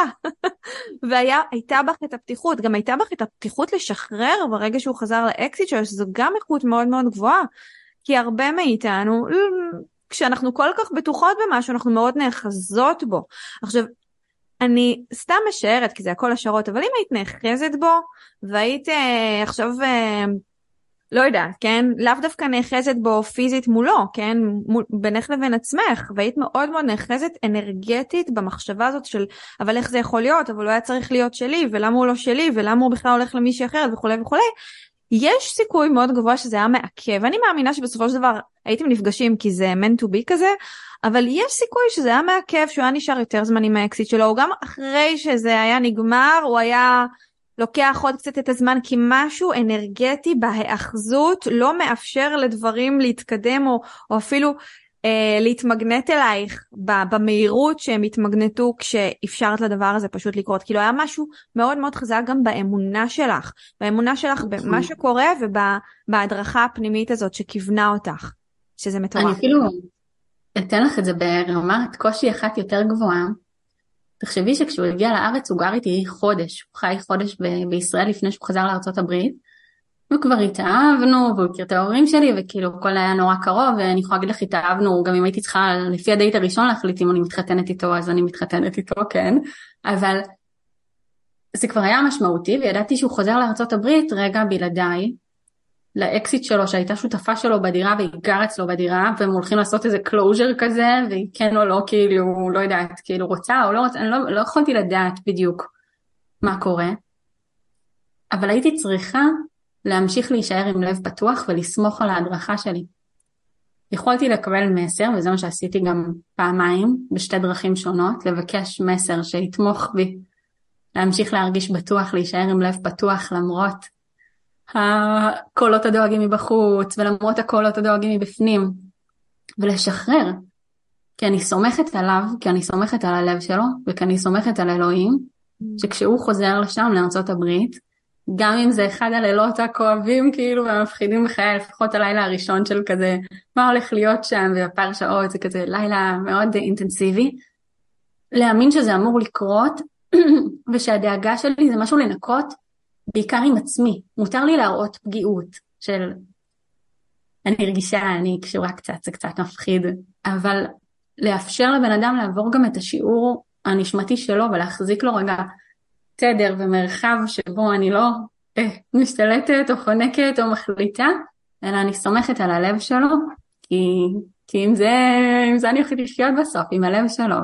והייתה בך את הפתיחות, גם הייתה בך את הפתיחות לשחרר ברגע שהוא חזר לאקסיט שלו, שזו גם איכות מאוד מאוד גבוהה, כי הרבה מאיתנו, כשאנחנו כל כך בטוחות במשהו, אנחנו מאוד נאחזות בו. עכשיו, אני סתם משערת, כי זה הכל השערות, אבל אם היית נאחזת בו, והיית עכשיו, לא יודעת, כן? לאו דווקא נאחזת בו פיזית מולו, כן? בינך לבין עצמך, והיית מאוד מאוד נאחזת אנרגטית במחשבה הזאת של, אבל איך זה יכול להיות? אבל הוא היה צריך להיות שלי, ולמה הוא לא שלי, ולמה הוא בכלל הולך למישהי אחרת, וכו' וכו'. יש סיכוי מאוד גבוה שזה היה מעכב. אני מאמינה שבסופו של דבר הייתם נפגשים כי זה meant to be כזה, אבל יש סיכוי שזה היה מעכב, שהוא היה נשאר יותר זמן עם האקסיט שלו, או גם אחרי שזה היה נגמר, הוא היה לוקח עוד קצת את הזמן, כי משהו אנרגטי בהאחזות לא מאפשר לדברים להתקדם, או אפילו להתמגנט אלייך במהירות שהם התמגנטו כשאפשרת לדבר הזה פשוט לקרות. כאילו היה משהו מאוד מאוד חזק גם באמונה שלך, במה שקורה ובהדרכה הפנימית הזאת שכיוונה אותך, שזה מטורף. אני אפילו אתן לך את זה ברמת קושי אחת יותר גבוהה. תחשבי שכשהוא הגיע לארץ הוא גר איתי חודש, הוא חי חודש בישראל לפני שהוא חזר לארצות הברית, וכבר התאהבנו, והוא הכיר את ההורים שלי, וכאילו הכל היה נורא קרוב, ואני יכולה להגיד לך, התאהבנו, גם אם הייתי צריכה, לפי הדייט הראשון להחליט אם אני מתחתנת איתו, אז אני מתחתנת איתו, כן, אבל זה כבר היה משמעותי, וידעתי שהוא חוזר לארצות הברית, רגע בלעדיי, לאקסיט שלו, שהייתה שותפה שלו בדירה, והיא גר אצלו בדירה, והם הולכים לעשות איזה קלוז'ר כזה, והיא כן או לא, כאילו, לא יודעת, כאילו רוצה או לא רוצה, אני לא יכולתי לדעת בדיוק מה קורה, אבל הייתי צריכה להמשיך להישאר עם לב פתוח ולסמוך על ההדרכה שלי. יכולתי לקבל מסר, וזה מה שעשיתי גם פעמיים, בשתי דרכים שונות, לבקש מסר שיתמוך בי, להמשיך להרגיש בטוח, להישאר עם לב פתוח, למרות הקולות הדואגים מבחוץ, ולמרות הקולות הדואגים מבפנים, ולשחרר, כי אני סומכת עליו, כי אני סומכת על הלב שלו, וכי אני סומכת על אלוהים, שכשהוא חוזר לשם, לארצות הברית, גם אם זה אחד הלילות הכואבים כאילו והמפחידים בחיי, לפחות הלילה הראשון של כזה, מה הולך להיות שם ובפר שעות, זה כזה לילה מאוד אינטנסיבי, להאמין שזה אמור לקרות, ושהדאגה שלי זה משהו לנקות, בעיקר עם עצמי. מותר לי להראות פגיעות של, אני רגישה, אני קשורה קצת, זה קצת מפחיד, אבל לאפשר לבן אדם לעבור גם את השיעור הנשמתי שלו, ולהחזיק לו רגע, תדר ומרחב שבו אני לא משתלטת או חונקת או מחליטה, אלא אני סומכת על הלב שלו, כי עם זה אני הולכת לחיות בסוף, עם הלב שלו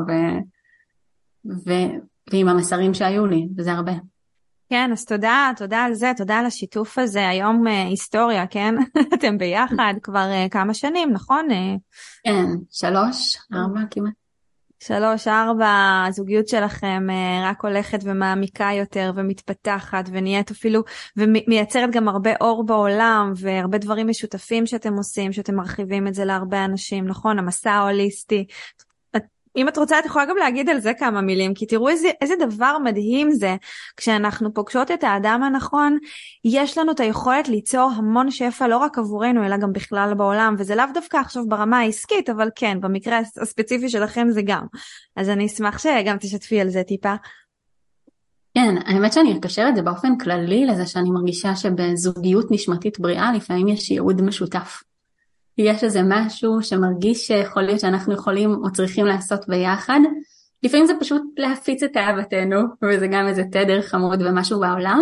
ועם המסרים שהיו לי, וזה הרבה. כן, אז תודה על זה, תודה על השיתוף הזה, היום היסטוריה, כן? אתם ביחד כבר כמה שנים, נכון? כן, 3, 4 כמעט. 3, 4, הזוגיות שלכם רק הולכת ומעמיקה יותר ומתפתחת ונהיית אפילו, ומייצרת גם הרבה אור בעולם והרבה דברים משותפים שאתם עושים, שאתם מרחיבים את זה להרבה אנשים, נכון? המסע ההוליסטי. אם את רוצה, את יכולה גם להגיד על זה כמה מילים, כי תראו איזה דבר מדהים זה, כשאנחנו פוגשות את האדם הנכון, יש לנו את היכולת ליצור המון שפע, לא רק עבורנו, אלא גם בכלל בעולם, וזה לאו דווקא עכשיו ברמה העסקית, אבל כן, במקרה הספציפי שלכם זה גם. אז אני אשמח שגם תשתפי על זה טיפה. כן, האמת שאני אקשר את זה באופן כללי לזה שאני מרגישה שבזוגיות נשמתית בריאה, לפעמים יש ייעוד משותף. יש איזה משהו שמרגיש שיכול להיות שאנחנו יכולים או צריכים לעשות ביחד. לפעמים זה פשוט להפיץ את אהבתנו, וזה גם איזה תדר חמוד ומשהו בעולם.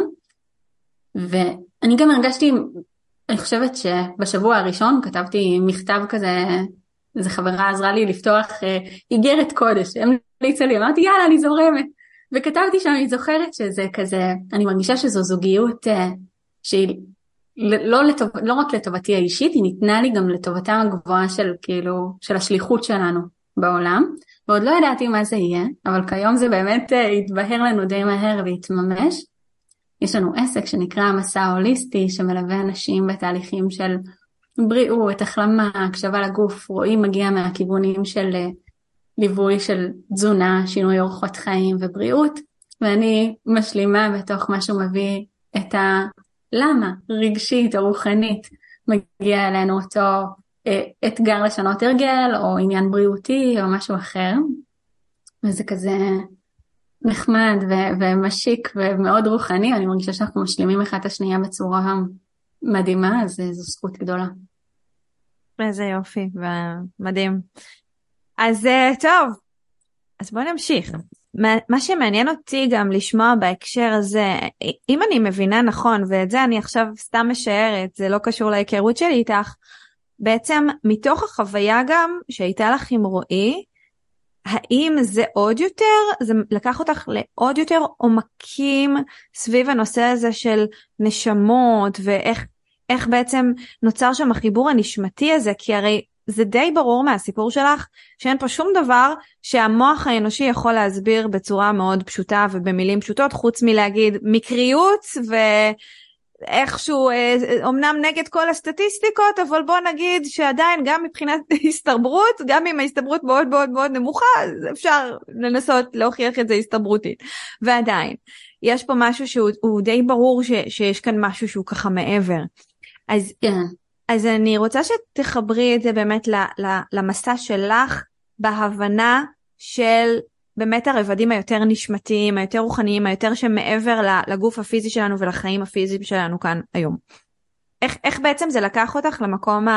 ואני גם הרגשתי, אני חושבת שבשבוע הראשון כתבתי מכתב כזה, איזו חברה עזרה לי לפתוח איגרת קודש, המליצה לי, אמרתי יאללה אני זורמת. וכתבתי שם, אני זוכרת שזה כזה, אני מרגישה שזו זוגיות שהיא לא רק לטובתי האישית, היא ניתנה לי גם לטובתם הגבוהה של השליחות שלנו בעולם, ועוד לא ידעתי מה זה יהיה, אבל כיום זה באמת התבהר לנו די מהר והתממש. יש לנו עסק שנקרא המסע ההוליסטי, שמלווה אנשים בתהליכים של בריאות, החלמה, הקשבה לגוף, רואים מגיע מהכיוונים של ליווי של תזונה, שינוי אורחות חיים ובריאות, ואני משלימה בתוך מה שהוא מביא את למה רגשית או רוחנית מגיע אלינו אותו אתגר לשנות הרגל או עניין בריאותי או משהו אחר, וזה כזה נחמד ומשיק ומאוד רוחני. אני מרגישה שאנחנו משלימים אחד את השנייה בצורה מדהימה, אז זו זכות גדולה. איזה יופי ומדהים. אז טוב, אז בואו נמשיך. מה שמעניין אותי גם לשמוע בהקשר הזה, אם אני מבינה נכון, ואת זה אני עכשיו סתם משערת, זה לא קשור להיכרות שלי איתך, בעצם מתוך החוויה גם שהייתה לך עם רועי, האם זה עוד יותר, זה לקח אותך לעוד יותר עומקים סביב הנושא הזה של נשמות, ואיך בעצם נוצר שם החיבור הנשמתי הזה, כי הרי זה די ברור מהסיפור שלך, שאין פה שום דבר שהמוח האנושי יכול להסביר בצורה מאוד פשוטה ובמילים פשוטות, חוץ מלהגיד מקריות ואיכשהו, אומנם נגד כל הסטטיסטיקות, אבל בוא נגיד שעדיין גם מבחינת הסתברות, גם אם ההסתברות מאוד מאוד מאוד נמוכה, אפשר לנסות להוכיח את זה הסתברותית. ועדיין, יש פה משהו שהוא די ברור שיש כאן משהו שהוא ככה מעבר. אז כן. אז אני רוצה שתחברי את זה באמת למסע שלך בהבנה של באמת הרבדים היותר נשמתיים, היותר רוחניים, היותר שמעבר לגוף הפיזי שלנו ולחיים הפיזיים שלנו כאן היום. איך בעצם זה לקח אותך למקום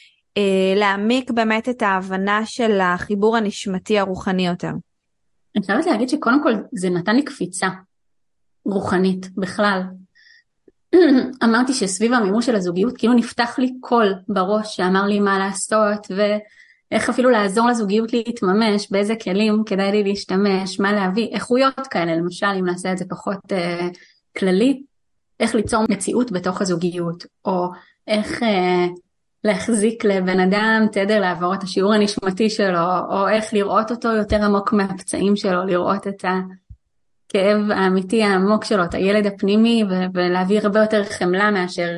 להעמיק באמת את ההבנה של החיבור הנשמתי הרוחני יותר? אני חייבת להגיד שקודם כל זה נתן לי קפיצה רוחנית בכלל. אמרתי שסביב המימוש של הזוגיות כאילו נפתח לי קול בראש שאמר לי מה לעשות ואיך אפילו לעזור לזוגיות להתממש, באיזה כלים כדאי לי להשתמש, מה להביא, איכויות כאלה למשל, אם נעשה את זה פחות כללי, איך ליצור מציאות בתוך הזוגיות, או איך להחזיק לבן אדם תדר לעבור את השיעור הנשמתי שלו, או איך לראות אותו יותר עמוק מהפצעים שלו, לראות את הכאב האמיתי העמוק שלו, את הילד הפנימי, ולהביא הרבה יותר חמלה מאשר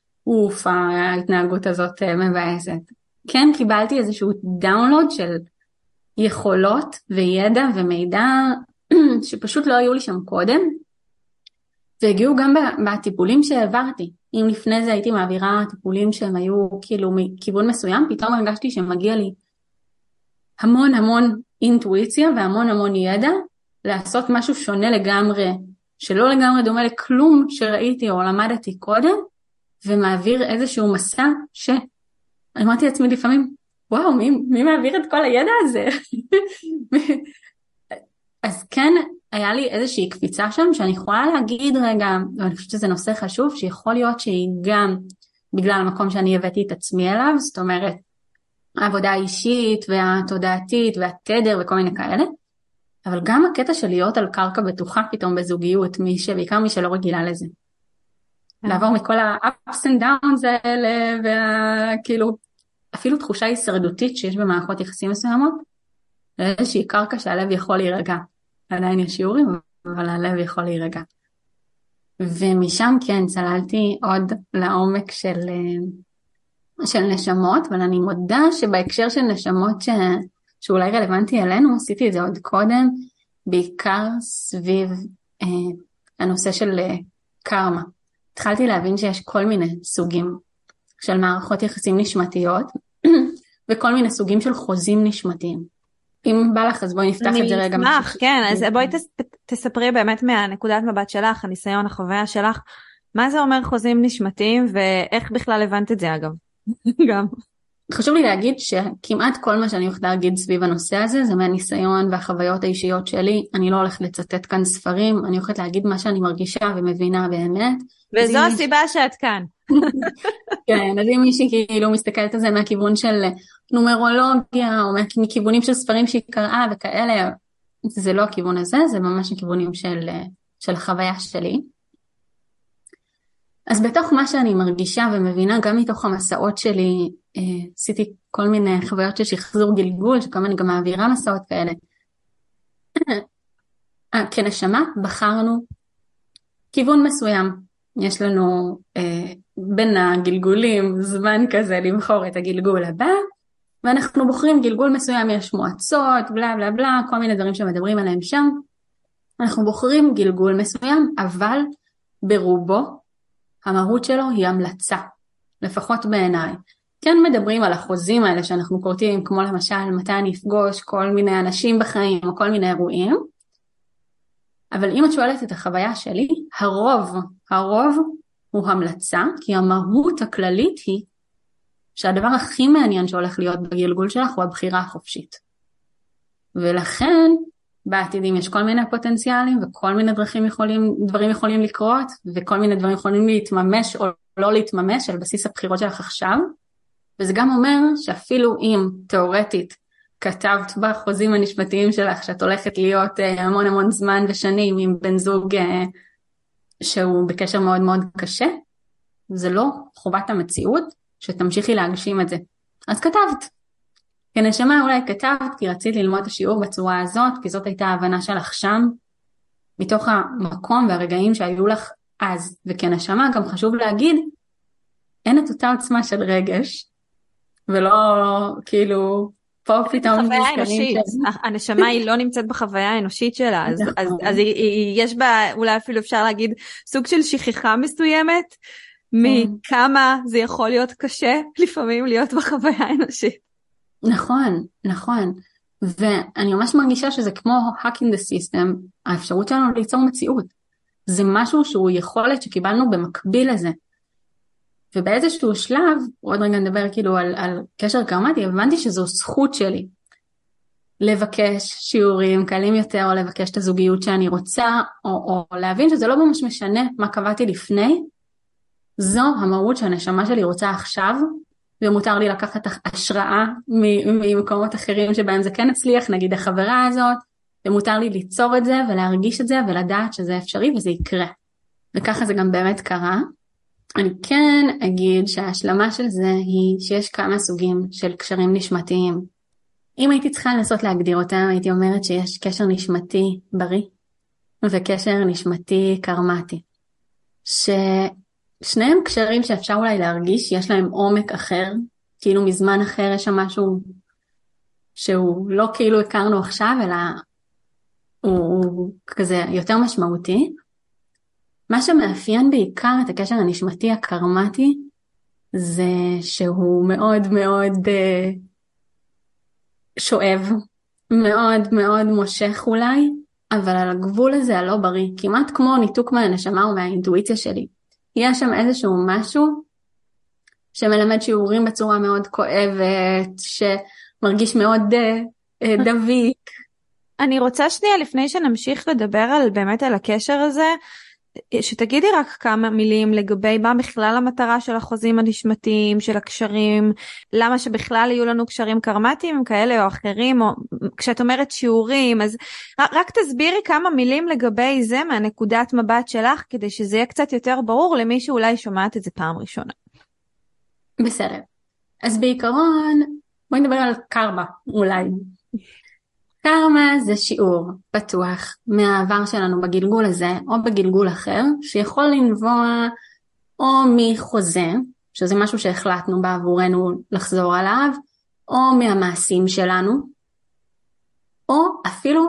ההתנהגות הזאת מבאסת. כן, קיבלתי איזשהו דאונלוד של יכולות וידע ומידע שפשוט לא היו לי שם קודם, והגיעו גם בטיפולים שהעברתי. אם לפני זה הייתי מעבירה טיפולים שהם היו כאילו מכיוון מסוים, פתאום הרגשתי שמגיע לי המון המון אינטואיציה והמון המון ידע, לעשות משהו שונה לגמרי, שלא לגמרי דומה לכלום שראיתי או למדתי קודם, ומעביר איזשהו מסע אמרתי לעצמי לפעמים, וואו, מי מעביר את כל הידע הזה? אז כן, היה לי איזושהי קפיצה שם, שאני יכולה להגיד רגע, ואני חושבת שזה נושא חשוב, שיכול להיות שהיא גם בגלל המקום שאני הבאתי את עצמי אליו, זאת אומרת, העבודה האישית והתודעתית והתדר וכל מיני כאלה, אבל גם הקטע של להיות על קרקע בטוחה פתאום בזוגיות, בעיקר מי שלא רגילה לזה. לעבור מכל ה-ups and downs האלה, וכאילו, אפילו תחושה הישרדותית שיש במערכות יחסים מסוימות, לאיזושהי קרקע שהלב יכול להירגע. עדיין יש שיעורים, אבל הלב יכול להירגע. ומשם כן צללתי עוד לעומק של נשמות, אבל אני מודה שבהקשר של נשמות שאולי רלוונטי אלינו, עשיתי את זה עוד קודם, בעיקר סביב הנושא של קרמה. התחלתי להבין שיש כל מיני סוגים של מערכות יחסים נשמתיות, וכל מיני סוגים של חוזים נשמתיים. אם בא לך, אז בואי נפתח את זה רגע. אני אשמח, כן, אז בואי תספרי באמת מהנקודת מבט שלך, הניסיון, החוויה שלך, מה זה אומר חוזים נשמתיים, ואיך בכלל הבנת את זה אגב? גם. חשוב לי להגיד שכמעט כל מה שאני הולכת להגיד סביב הנושא הזה, זה מהניסיון והחוויות האישיות שלי. אני לא הולכת לצטט כאן ספרים, אני הולכת להגיד מה שאני מרגישה ומבינה באמת. וזו הסיבה שאת כאן. כן, אז אם מישהי כאילו מסתכלת על זה מהכיוון של נומרולוגיה, או מכיוונים של ספרים שהיא קראה וכאלה, זה לא הכיוון הזה, זה ממש הכיוונים של החוויה שלי. אז בתוך מה שאני מרגישה ומבינה, גם מתוך המסעות שלי, עשיתי כל מיני חוויות של שחזור גלגול, שכמה אני גם מעבירה מסעות כאלה. כנשמה בחרנו כיוון מסוים. יש לנו בין הגלגולים זמן כזה לבחור את הגלגול הבא, ואנחנו בוחרים גלגול מסוים, יש מועצות, בלה בלה בלה, כל מיני דברים שמדברים עליהם שם. אנחנו בוחרים גלגול מסוים, אבל ברובו המהות שלו היא המלצה, לפחות בעיניי. כן מדברים על החוזים האלה שאנחנו קוראים, כמו למשל מתי אני אפגוש כל מיני אנשים בחיים או כל מיני אירועים, אבל אם את שואלת את החוויה שלי, הרוב הוא המלצה, כי המהות הכללית היא שהדבר הכי מעניין שהולך להיות בגלגול שלך הוא הבחירה החופשית. ולכן בעתידים יש כל מיני פוטנציאלים וכל מיני דברים יכולים לקרות, וכל מיני דברים יכולים להתממש או לא להתממש על בסיס הבחירות שלך עכשיו. וזה גם אומר שאפילו אם תיאורטית כתבת בחוזים הנשמתיים שלך שאת הולכת להיות המון המון זמן ושנים עם בן זוג שהוא בקשר מאוד מאוד קשה, זה לא חובת המציאות שתמשיכי להגשים את זה. אז כתבת. כנשמה אולי כתבת כי רצית ללמוד את השיעור בצורה הזאת, כי זאת הייתה ההבנה שלך שם, מתוך המקום והרגעים שהיו לך אז. וכנשמה גם חשוב להגיד, אין את אותה עוצמה של רגש, ולא כאילו פה פתאום חוויה אנושית, הנשמה היא לא נמצאת בחוויה האנושית שלה, אז יש בה אולי אפילו אפשר להגיד סוג של שכחה מסוימת, מכמה זה יכול להיות קשה לפעמים להיות בחוויה האנושית. נכון. ואני ממש מרגישה שזה כמו hack in the system, האפשרות שלנו ליצור מציאות. זה משהו שהוא יכולת שקיבלנו במקביל לזה. ובאיזשהו שלב, עוד רגע נדבר כאילו על קשר קרמטי, הבנתי שזו זכות שלי. לבקש שיעורים קלים יותר, או לבקש את הזוגיות שאני רוצה, או להבין שזה לא ממש משנה מה קבעתי לפני. זו המהות שהנשמה שלי רוצה עכשיו, ומותר לי לקחת השראה ממקומות אחרים שבהם זה כן הצליח, נגיד החברה הזאת, ומותר לי ליצור את זה ולהרגיש את זה ולדעת שזה אפשרי וזה יקרה. וככה זה גם באמת קרה. אני כן אגיד שההשלמה של זה היא שיש כמה סוגים של קשרים נשמתיים. אם הייתי צריכה לנסות להגדיר אותם, הייתי אומרת שיש קשר נשמתי בריא וקשר נשמתי קרמטי. שניהם קשרים שאפשר אולי להרגיש, יש להם עומק אחר, כאילו מזמן אחר יש שם משהו שהוא לא כאילו הכרנו עכשיו, אלא הוא כזה יותר משמעותי. מה שמאפיין בעיקר את הקשר הנשמתי הקרמטי, זה שהוא מאוד מאוד שואב, מאוד מאוד מושך אולי, אבל על הגבול הזה הלא בריא, כמעט כמו ניתוק מהנשמה או מהאינטואיציה שלי. יש שם איזשהו משהו שמלמד שיעורים בצורה מאוד כואבת, שמרגיש מאוד דביק. אני רוצה שנייה לפני שנמשיך לדבר באמת על הקשר הזה, שתגידי רק כמה מילים לגבי מה בכלל המטרה של החוזים הנשמתיים, של הקשרים, למה שבכלל יהיו לנו קשרים קרמטיים כאלה או אחרים, או כשאת אומרת שיעורים, אז רק תסבירי כמה מילים לגבי זה מהנקודת מבט שלך, כדי שזה יהיה קצת יותר ברור למי שאולי שומעת את זה פעם ראשונה. בסדר. אז בעיקרון, בואי נדבר על קרמה אולי. קרמה זה שיעור פתוח מהעבר שלנו בגלגול הזה, או בגלגול אחר, שיכול לנבוע או מחוזה, שזה משהו שהחלטנו בעבורנו לחזור עליו, או מהמעשים שלנו, או אפילו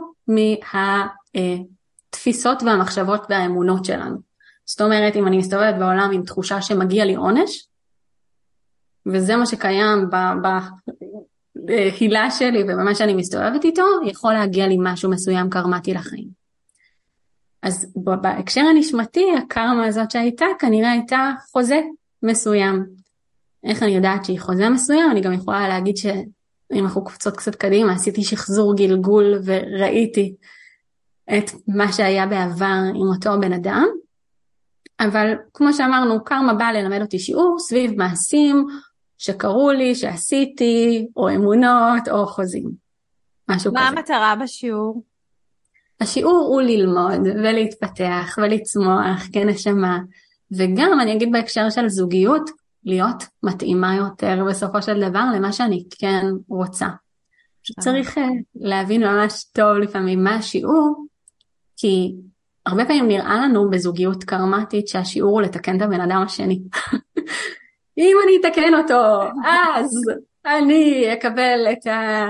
מהתפיסות והמחשבות והאמונות שלנו. זאת אומרת, אם אני מסתובבת בעולם עם תחושה שמגיע לי עונש, וזה מה שקיים בהילה שלי ובמה שאני מסתובבת איתו, יכול להגיע לי משהו מסוים קרמטי לחיים. אז בהקשר הנשמתי, הקרמה הזאת שהייתה, כנראה הייתה חוזה מסוים. איך אני יודעת שהיא חוזה מסוים? אני גם יכולה להגיד שאם אנחנו קופצות קצת קדימה, עשיתי שחזור גלגול וראיתי את מה שהיה בעבר עם אותו בן אדם. אבל כמו שאמרנו, קרמה באה ללמד אותי שיעור סביב מעשים שקראו לי, שעשיתי, או אמונות, או חוזים. משהו מה כזה. המטרה בשיעור? השיעור הוא ללמוד ולהתפתח ולצמוח כנשמה, וגם אני אגיד בהקשר של זוגיות, להיות מתאימה יותר בסופו של דבר למה שאני כן רוצה. צריך להבין ממש טוב לפעמים מה השיעור, כי הרבה פעמים נראה לנו בזוגיות קרמטית שהשיעור הוא לתקן את הבן אדם השני. אם אני אתקן אותו, אז אני אקבל את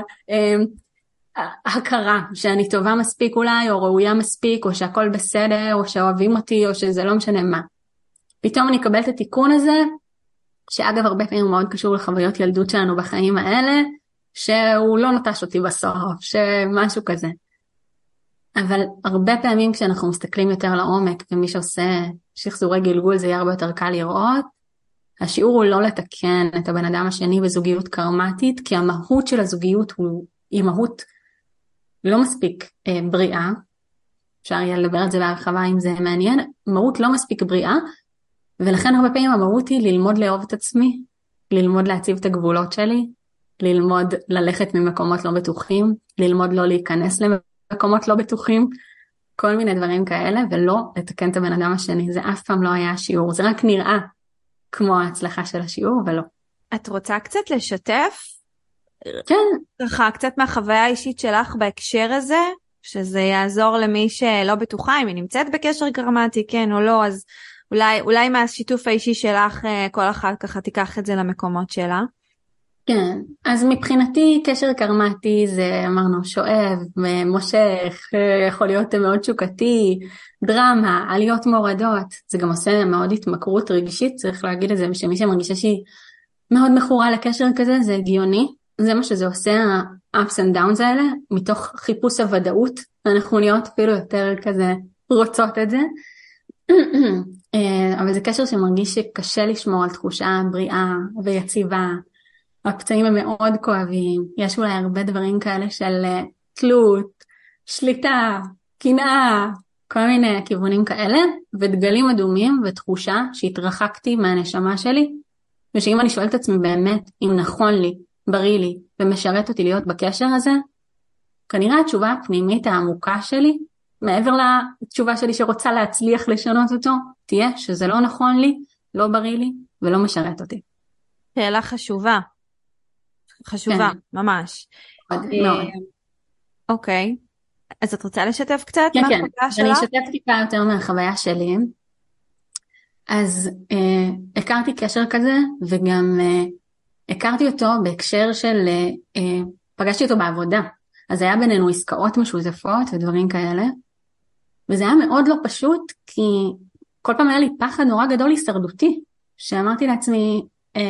ההכרה שאני טובה מספיק אולי, או ראויה מספיק, או שהכל בסדר, או שאוהבים אותי, או שזה לא משנה מה. פתאום אני אקבל את התיקון הזה, שאגב הרבה פעמים מאוד קשור לחוויות ילדות שלנו בחיים האלה, שהוא לא נטש אותי בסוף, שמשהו כזה. אבל הרבה פעמים כשאנחנו מסתכלים יותר לעומק, ומי שעושה שחזורי גלגול זה יהיה הרבה יותר קל לראות, השיעור הוא לא לתקן את הבן אדם השני בזוגיות קרמטית, כי המהות של הזוגיות היא מהות לא מספיק בריאה, אפשר יהיה לדבר על זה בהרחבה אם זה מעניין, מהות לא מספיק בריאה, ולכן הרבה פעמים המהות היא ללמוד לאהוב את עצמי, ללמוד להציב את הגבולות שלי, ללמוד ללכת ממקומות לא בטוחים, ללמוד לא להיכנס למקומות לא בטוחים, כל מיני דברים כאלה, ולא לתקן את הבן אדם השני. זה אף פעם לא היה השיעור, זה רק נראה כמו ההצלחה של השיעור, ולא. את רוצה קצת לשתף? כן. ככה קצת מהחוויה האישית שלך בהקשר הזה, שזה יעזור למי שלא בטוחה, אם היא נמצאת בקשר קרמטי, כן או לא, אז אולי מהשיתוף האישי שלך, כל אחת ככה תיקח את זה למקומות שלה. כן, אז מבחינתי קשר קרמטי זה אמרנו שואב, מושך, יכול להיות מאוד שוקתי, דרמה, עליות מורדות, זה גם עושה מאוד התמכרות רגשית, צריך להגיד את זה, שמי שמרגישה שהיא מאוד מכורה לקשר כזה, זה הגיוני, זה מה שזה עושה, ה-ups and downs האלה, מתוך חיפוש הוודאות, אנחנו נהיות אפילו יותר כזה רוצות את זה, אבל זה קשר שמרגיש שקשה לשמור על תחושה בריאה ויציבה, הפצעים הם מאוד כואבים, יש אולי הרבה דברים כאלה של תלות, שליטה, קנאה, כל מיני כיוונים כאלה, ודגלים אדומים ותחושה שהתרחקתי מהנשמה שלי, ושאם אני שואלת את עצמי באמת אם נכון לי, בריא לי ומשרת אותי להיות בקשר הזה, כנראה התשובה הפנימית העמוקה שלי, מעבר לתשובה שלי שרוצה להצליח לשנות אותו, תהיה שזה לא נכון לי, לא בריא לי ולא משרת אותי. שאלה חשובה. חשובה, כן. ממש. מאוד. אוקיי. אז את רוצה לשתף קצת? כן, כן. אני אשתף טיפה יותר מהחוויה שלי. אז הכרתי קשר כזה, וגם הכרתי אותו בהקשר של, פגשתי אותו בעבודה. אז היה בינינו עסקאות משוזפות ודברים כאלה. וזה היה מאוד לא פשוט, כי כל פעם היה לי פחד נורא גדול הישרדותי, שאמרתי לעצמי,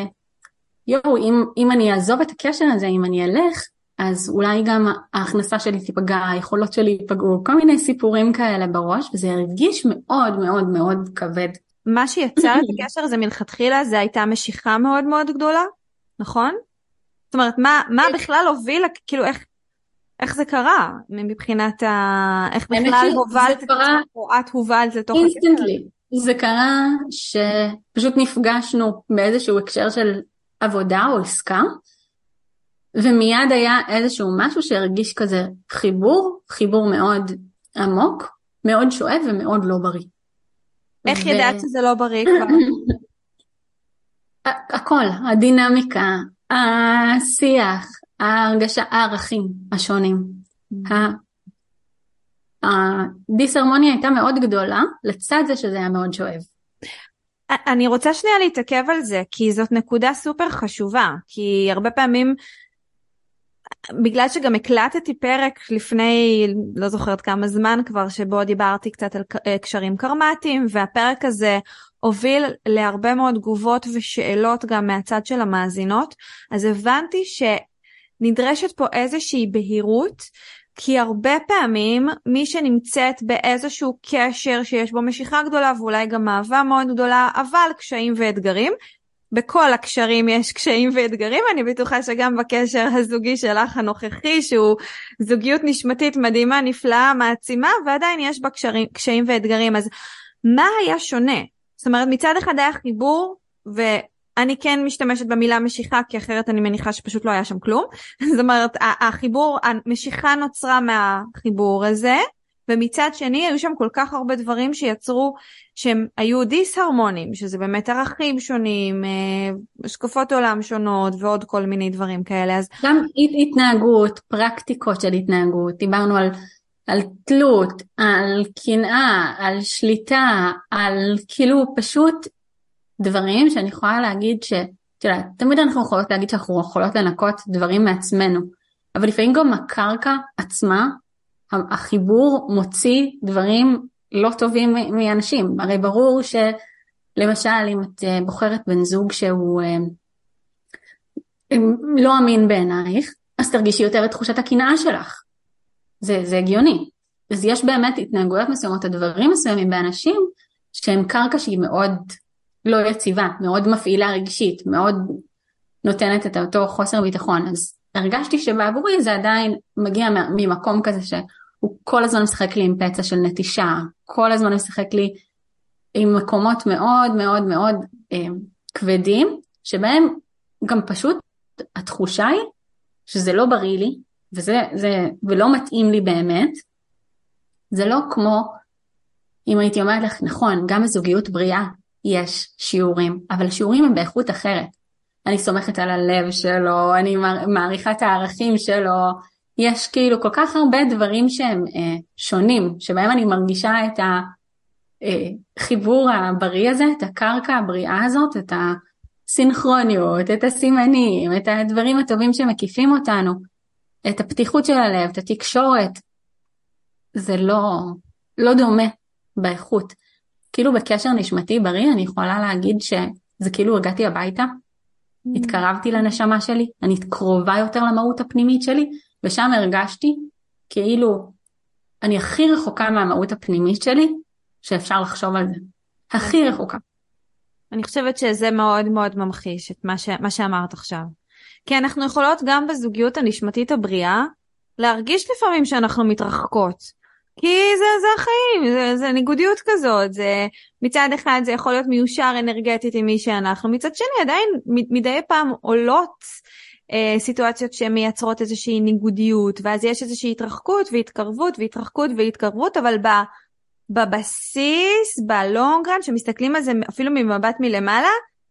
אם אני אעזוב את הקשר הזה, אם אני אלך, אז אולי גם ההכנסה שלי תיפגע, היכולות שלי ייפגעו, כל מיני סיפורים כאלה בראש, וזה הרגיש מאוד מאוד מאוד כבד. מה שיצר את הקשר הזה מלכתחילה, זה הייתה משיכה מאוד מאוד גדולה, נכון? זאת אומרת, מה בכלל הוביל, כאילו איך זה קרה, מבחינת איך בכלל הובלת את עצמך, או את הובלת לתוך הקשר? זה קרה שפשוט נפגשנו באיזשהו הקשר של עבודה או עסקה, ומיד היה איזשהו משהו שהרגיש כזה חיבור מאוד עמוק, מאוד שואב ומאוד לא בריא. איך ידעת שזה לא בריא כבר? הכל, הדינמיקה, השיח, ההרגשה, הערכים השונים. הדיסהרמוניה הייתה מאוד גדולה, לצד זה שזה היה מאוד שואב. אני רוצה שנייה להתעכב על זה, כי זאת נקודה סופר חשובה, כי הרבה פעמים, בגלל שגם הקלטתי פרק לפני, לא זוכרת כמה זמן כבר, שבו דיברתי קצת על קשרים קרמטיים, והפרק הזה הוביל להרבה מאוד תגובות ושאלות גם מהצד של המאזינות, אז הבנתי שנדרשת פה איזושהי בהירות, כי הרבה פעמים מי שנמצאת באיזשהו קשר שיש בו משיכה גדולה ואולי גם אהבה מאוד גדולה, אבל קשיים ואתגרים, בכל הקשרים יש קשיים ואתגרים, אני בטוחה שגם בקשר הזוגי שלך הנוכחי, שהוא זוגיות נשמתית מדהימה, נפלאה, מעצימה, ועדיין יש בה קשיים ואתגרים, אז מה היה שונה? זאת אומרת, מצד אחד היה חיבור, ואני כן משתמשת במילה משיכה, כי אחרת אני מניחה שפשוט לא היה שם כלום. זאת אומרת, החיבור, המשיכה נוצרה מהחיבור הזה, ומצד שני היו שם כל כך הרבה דברים שיצרו, שהם היו דיסהרמונים, שזה באמת ערכים שונים, השקפות עולם שונות, ועוד כל מיני דברים כאלה. אז גם התנהגות, פרקטיקות של התנהגות, דיברנו על תלות, על קנאה, על שליטה, על כאילו פשוט דברים שאני יכולה להגיד תמיד אנחנו יכולות להגיד שאנחנו יכולות לנקות דברים מעצמנו, אבל לפעמים גם הקרקע עצמה, החיבור מוציא דברים לא טובים מאנשים. הרי ברור שלמשל אם את בוחרת בן זוג שהוא לא אמין בעינייך, אז תרגישי יותר את תחושת הקנאה שלך. זה הגיוני. אז יש באמת התנהגויות מסוימות, הדברים מסוימים באנשים, שהם קרקע שהיא מאוד לא יציבה, מאוד מפעילה רגשית, מאוד נותנת את אותו חוסר ביטחון. אז הרגשתי שבעבורי זה עדיין מגיע ממקום כזה שהוא כל הזמן משחק לי עם פצע של נטישה, כל הזמן משחק לי עם מקומות מאוד מאוד מאוד כבדים, שבהם גם פשוט התחושה היא שזה לא בריא לי, ולא מתאים לי באמת. זה לא כמו, אם הייתי אומרת לך, נכון, גם בזוגיות בריאה יש שיעורים, אבל שיעורים הם באיכות אחרת. אני סומכת על הלב שלו, אני מעריכה את הערכים שלו, יש כאילו כל כך הרבה דברים שהם שונים, שבהם אני מרגישה את החיבור הבריא הזה, את הקרקע הבריאה הזאת, את הסינכרוניות, את הסימנים, את הדברים הטובים שמקיפים אותנו, את הפתיחות של הלב, את התקשורת. זה לא דומה באיכות. כאילו בקשר נשמתי בריא, אני יכולה להגיד שזה כאילו הגעתי הביתה, התקרבתי לנשמה שלי, אני קרובה יותר למהות הפנימית שלי, ושם הרגשתי כאילו אני הכי רחוקה מהמהות הפנימית שלי, שאפשר לחשוב על זה. הכי רחוקה. אני חושבת שזה מאוד מאוד ממחיש את מה שאמרת עכשיו. כי אנחנו יכולות גם בזוגיות הנשמתית הבריאה, להרגיש לפעמים שאנחנו מתרחקות. כי זה החיים, זה ניגודיות כזאת, מצד אחד זה יכול להיות מיושר אנרגטית עם מי שאנחנו, מצד שני עדיין מדי פעם עולות סיטואציות שמייצרות איזושהי ניגודיות, ואז יש איזושהי התרחקות והתקרבות והתרחקות והתקרבות, אבל בבסיס, בלונגרן, שמסתכלים על זה אפילו ממבט מלמעלה,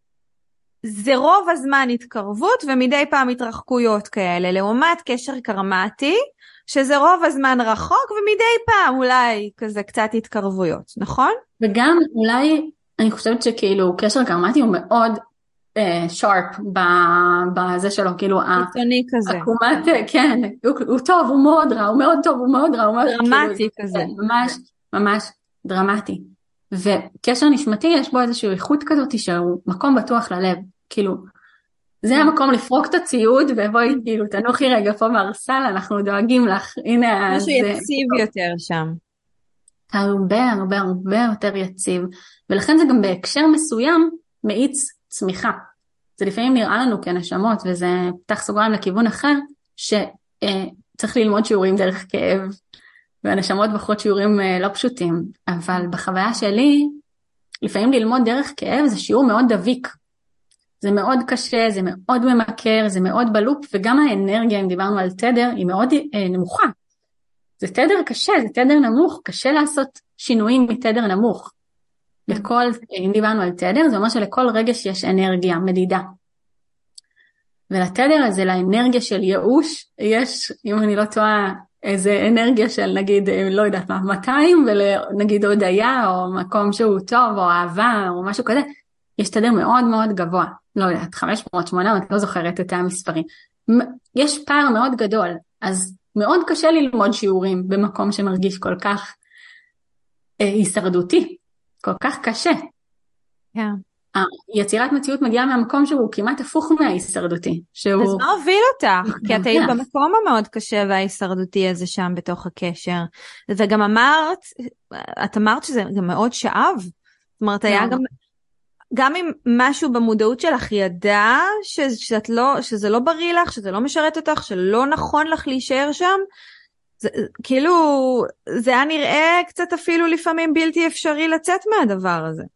זה רוב הזמן התקרבות ומדי פעם התרחקויות כאלה, לעומת קשר קרמטי, שזה רוב הזמן רחוק ומדי פעם אולי כזה קצת התקרבויות, נכון? וגם אולי אני חושבת שכאילו קשר קרמטי הוא מאוד שרפ בזה שלו, כאילו קיצוני כזה. כן, הוא טוב, הוא מאוד רע, הוא מאוד טוב, הוא מאוד רע, דרמטי כזה. ממש ממש דרמטי. וקשר נשמתי יש בו איזושהי איכות כזאת שהוא מקום בטוח ללב, כאילו זה המקום לפרוק את הציוד, ובואי כאילו תנוחי רגע פה בארסל, אנחנו דואגים לך, הנה משהו יציב יותר שם. הרבה הרבה הרבה יותר יציב, ולכן זה גם בהקשר מסוים מאיץ צמיחה. זה לפעמים נראה לנו כנשמות, וזה פתח סוגריים לכיוון אחר, שצריך ללמוד שיעורים דרך כאב, והנשמות בחרות שיעורים לא פשוטים, אבל בחוויה שלי, לפעמים ללמוד דרך כאב זה שיעור מאוד דביק, זה מאוד קשה, זה מאוד ממכר, זה מאוד בלופ, וגם האנרגיה, אם דיברנו על תדר, היא מאוד נמוכה. זה תדר קשה, זה תדר נמוך, קשה לעשות שינויים מתדר נמוך. אם דיברנו על תדר, זה אומר שלכל רגש יש אנרגיה, מדידה. ולתדר הזה, לאנרגיה של ייאוש, יש, אם אני לא טועה, איזה אנרגיה של נגיד, לא יודעת מה, 200 ונגיד הודיה או מקום שהוא טוב או אהבה או משהו כזה, יש תדר מאוד מאוד גבוה, לא יודעת, 500, 800, לא זוכרת את המספרים. יש פער מאוד גדול, אז מאוד קשה ללמוד שיעורים במקום שמרגיש כל כך הישרדותי, כל כך קשה. כן. יצירת מציאות מגיעה מהמקום שהוא כמעט הפוך מההישרדותי. אז מה הוביל אותך? כי את היית במקום המאוד קשה וההישרדותי הזה שם בתוך הקשר. וגם את אמרת שזה גם מאוד שאב. זאת אומרת, היה גם אם משהו במודעות שלך ידע שזה לא בריא לך, שזה לא משרת אותך, שלא נכון לך להישאר שם, כאילו זה היה נראה קצת אפילו לפעמים בלתי אפשרי לצאת מהדבר הזה.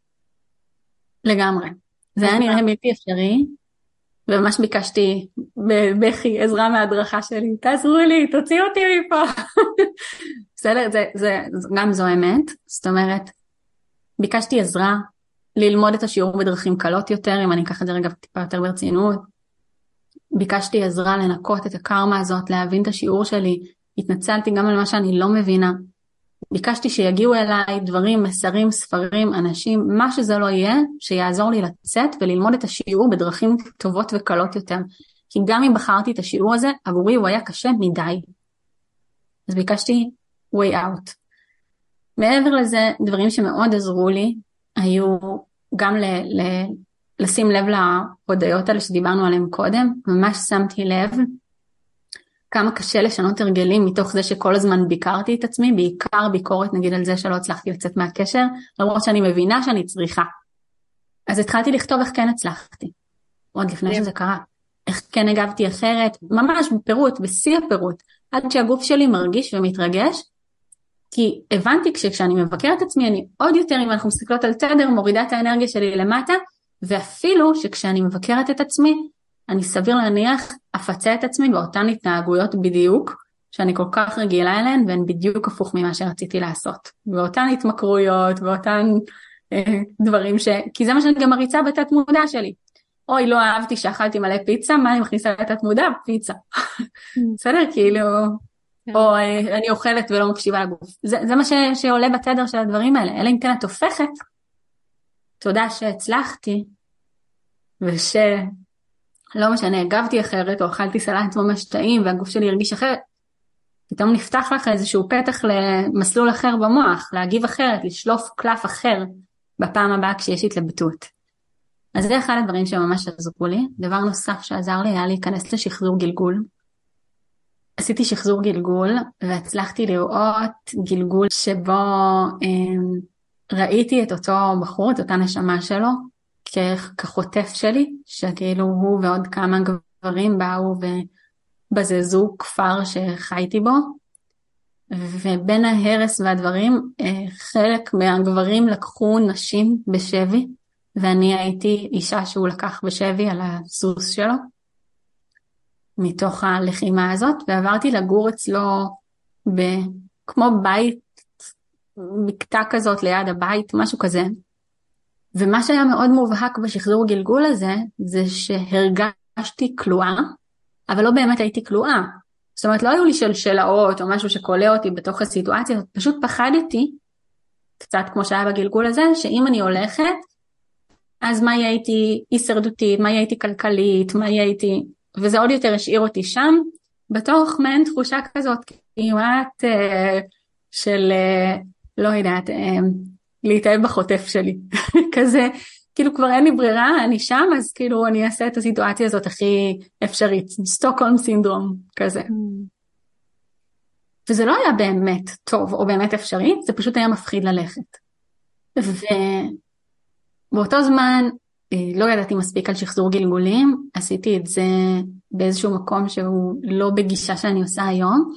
לגמרי. זה היה נראה בלתי אפשרי, וממש ביקשתי בבכי עזרה מההדרכה שלי, תעזרו לי, תוציאו אותי מפה. בסדר, זה גם זו אמת, זאת אומרת, ביקשתי עזרה ללמוד את השיעור בדרכים קלות יותר, אם אני אקח את זה רגע טיפה יותר ברצינות. ביקשתי עזרה לנקות את הקרמה הזאת, להבין את השיעור שלי, התנצלתי גם על מה שאני לא מבינה. ביקשתי שיגיעו אליי דברים, מסרים, ספרים, אנשים, מה שזה לא יהיה, שיעזור לי לצאת וללמוד את השיעור בדרכים טובות וקלות יותר. כי גם אם בחרתי את השיעור הזה, עבורי הוא היה קשה מדי. אז ביקשתי way out. מעבר לזה, דברים שמאוד עזרו לי, היו גם לשים לב להודעות האלה שדיברנו עליהם קודם, ממש שמתי לב כמה קשה לשנות הרגלים מתוך זה שכל הזמן ביקרתי את עצמי, בעיקר ביקורת נגיד על זה שלא הצלחתי לצאת מהקשר, למרות שאני מבינה שאני צריכה. אז התחלתי לכתוב איך כן הצלחתי, עוד לפני שזה קרה, איך כן הגבתי אחרת, ממש בפירוט, בשיא הפירוט, עד שהגוף שלי מרגיש ומתרגש, כי הבנתי כשאני מבקרת את עצמי, אני עוד יותר, אם אנחנו מסתכלות על תדר, מורידה את האנרגיה שלי למטה, ואפילו שכשאני מבקרת את עצמי, אני סביר להניח, אפצה את עצמי באותן התנהגויות בדיוק, שאני כל כך רגילה אליהן, והן בדיוק הפוך ממה שרציתי לעשות. באותן התמכרויות, באותן דברים כי זה מה שאני גם מריצה בתת מודע שלי. אוי, לא אהבתי שאכלתי מלא פיצה, מה אני מכניסה לתת מודע? פיצה. בסדר, כאילו, או אני אוכלת ולא מקשיבה לגוף. זה מה שעולה בתדר של הדברים האלה. אלא אם כן את הופכת, תודה שהצלחתי, לא משנה, הגבתי אחרת, או אכלתי סלט ממש טעים, והגוף שלי הרגיש אחרת, פתאום נפתח לך איזשהו פתח למסלול אחר במוח, להגיב אחרת, לשלוף קלף אחר, בפעם הבאה כשיש התלבטות. אז זה אחד הדברים שממש עזרו לי. דבר נוסף שעזר לי היה להיכנס לשחזור גלגול. עשיתי שחזור גלגול, והצלחתי לראות גלגול שבו ראיתי את אותו בחור, את אותה נשמה שלו, כחוטף שלי, שכאילו הוא ועוד כמה גברים באו ובזזו כפר שחייתי בו, ובין ההרס והדברים, חלק מהגברים לקחו נשים בשבי, ואני הייתי אישה שהוא לקח בשבי על הסוס שלו, מתוך הלחימה הזאת, ועברתי לגור אצלו כמו בית, מקטע כזאת ליד הבית, משהו כזה, ומה שהיה מאוד מובהק בשחזור גלגול הזה, זה שהרגשתי כלואה, אבל לא באמת הייתי כלואה. זאת אומרת, לא היו לי שלשלאות או משהו שקולה אותי בתוך הסיטואציה, פשוט פחדתי, קצת כמו שהיה בגלגול הזה, שאם אני הולכת, אז מה יהיה איתי הישרדותית, מה יהיה איתי כלכלית, מה יהיה איתי, וזה עוד יותר השאיר אותי שם, בתוך מעין תחושה כזאת, כמעט של, לא יודעת, להתאהב בחוטף שלי, כזה, כאילו כבר אין לי ברירה, אני שם, אז כאילו אני אעשה את הסיטואציה הזאת הכי אפשרית, סטוקהולם סינדרום, כזה. וזה לא היה באמת טוב או באמת אפשרי, זה פשוט היה מפחיד ללכת. ובאותו זמן, לא ידעתי מספיק על שחזור גלגולים, עשיתי את זה באיזשהו מקום שהוא לא בגישה שאני עושה היום,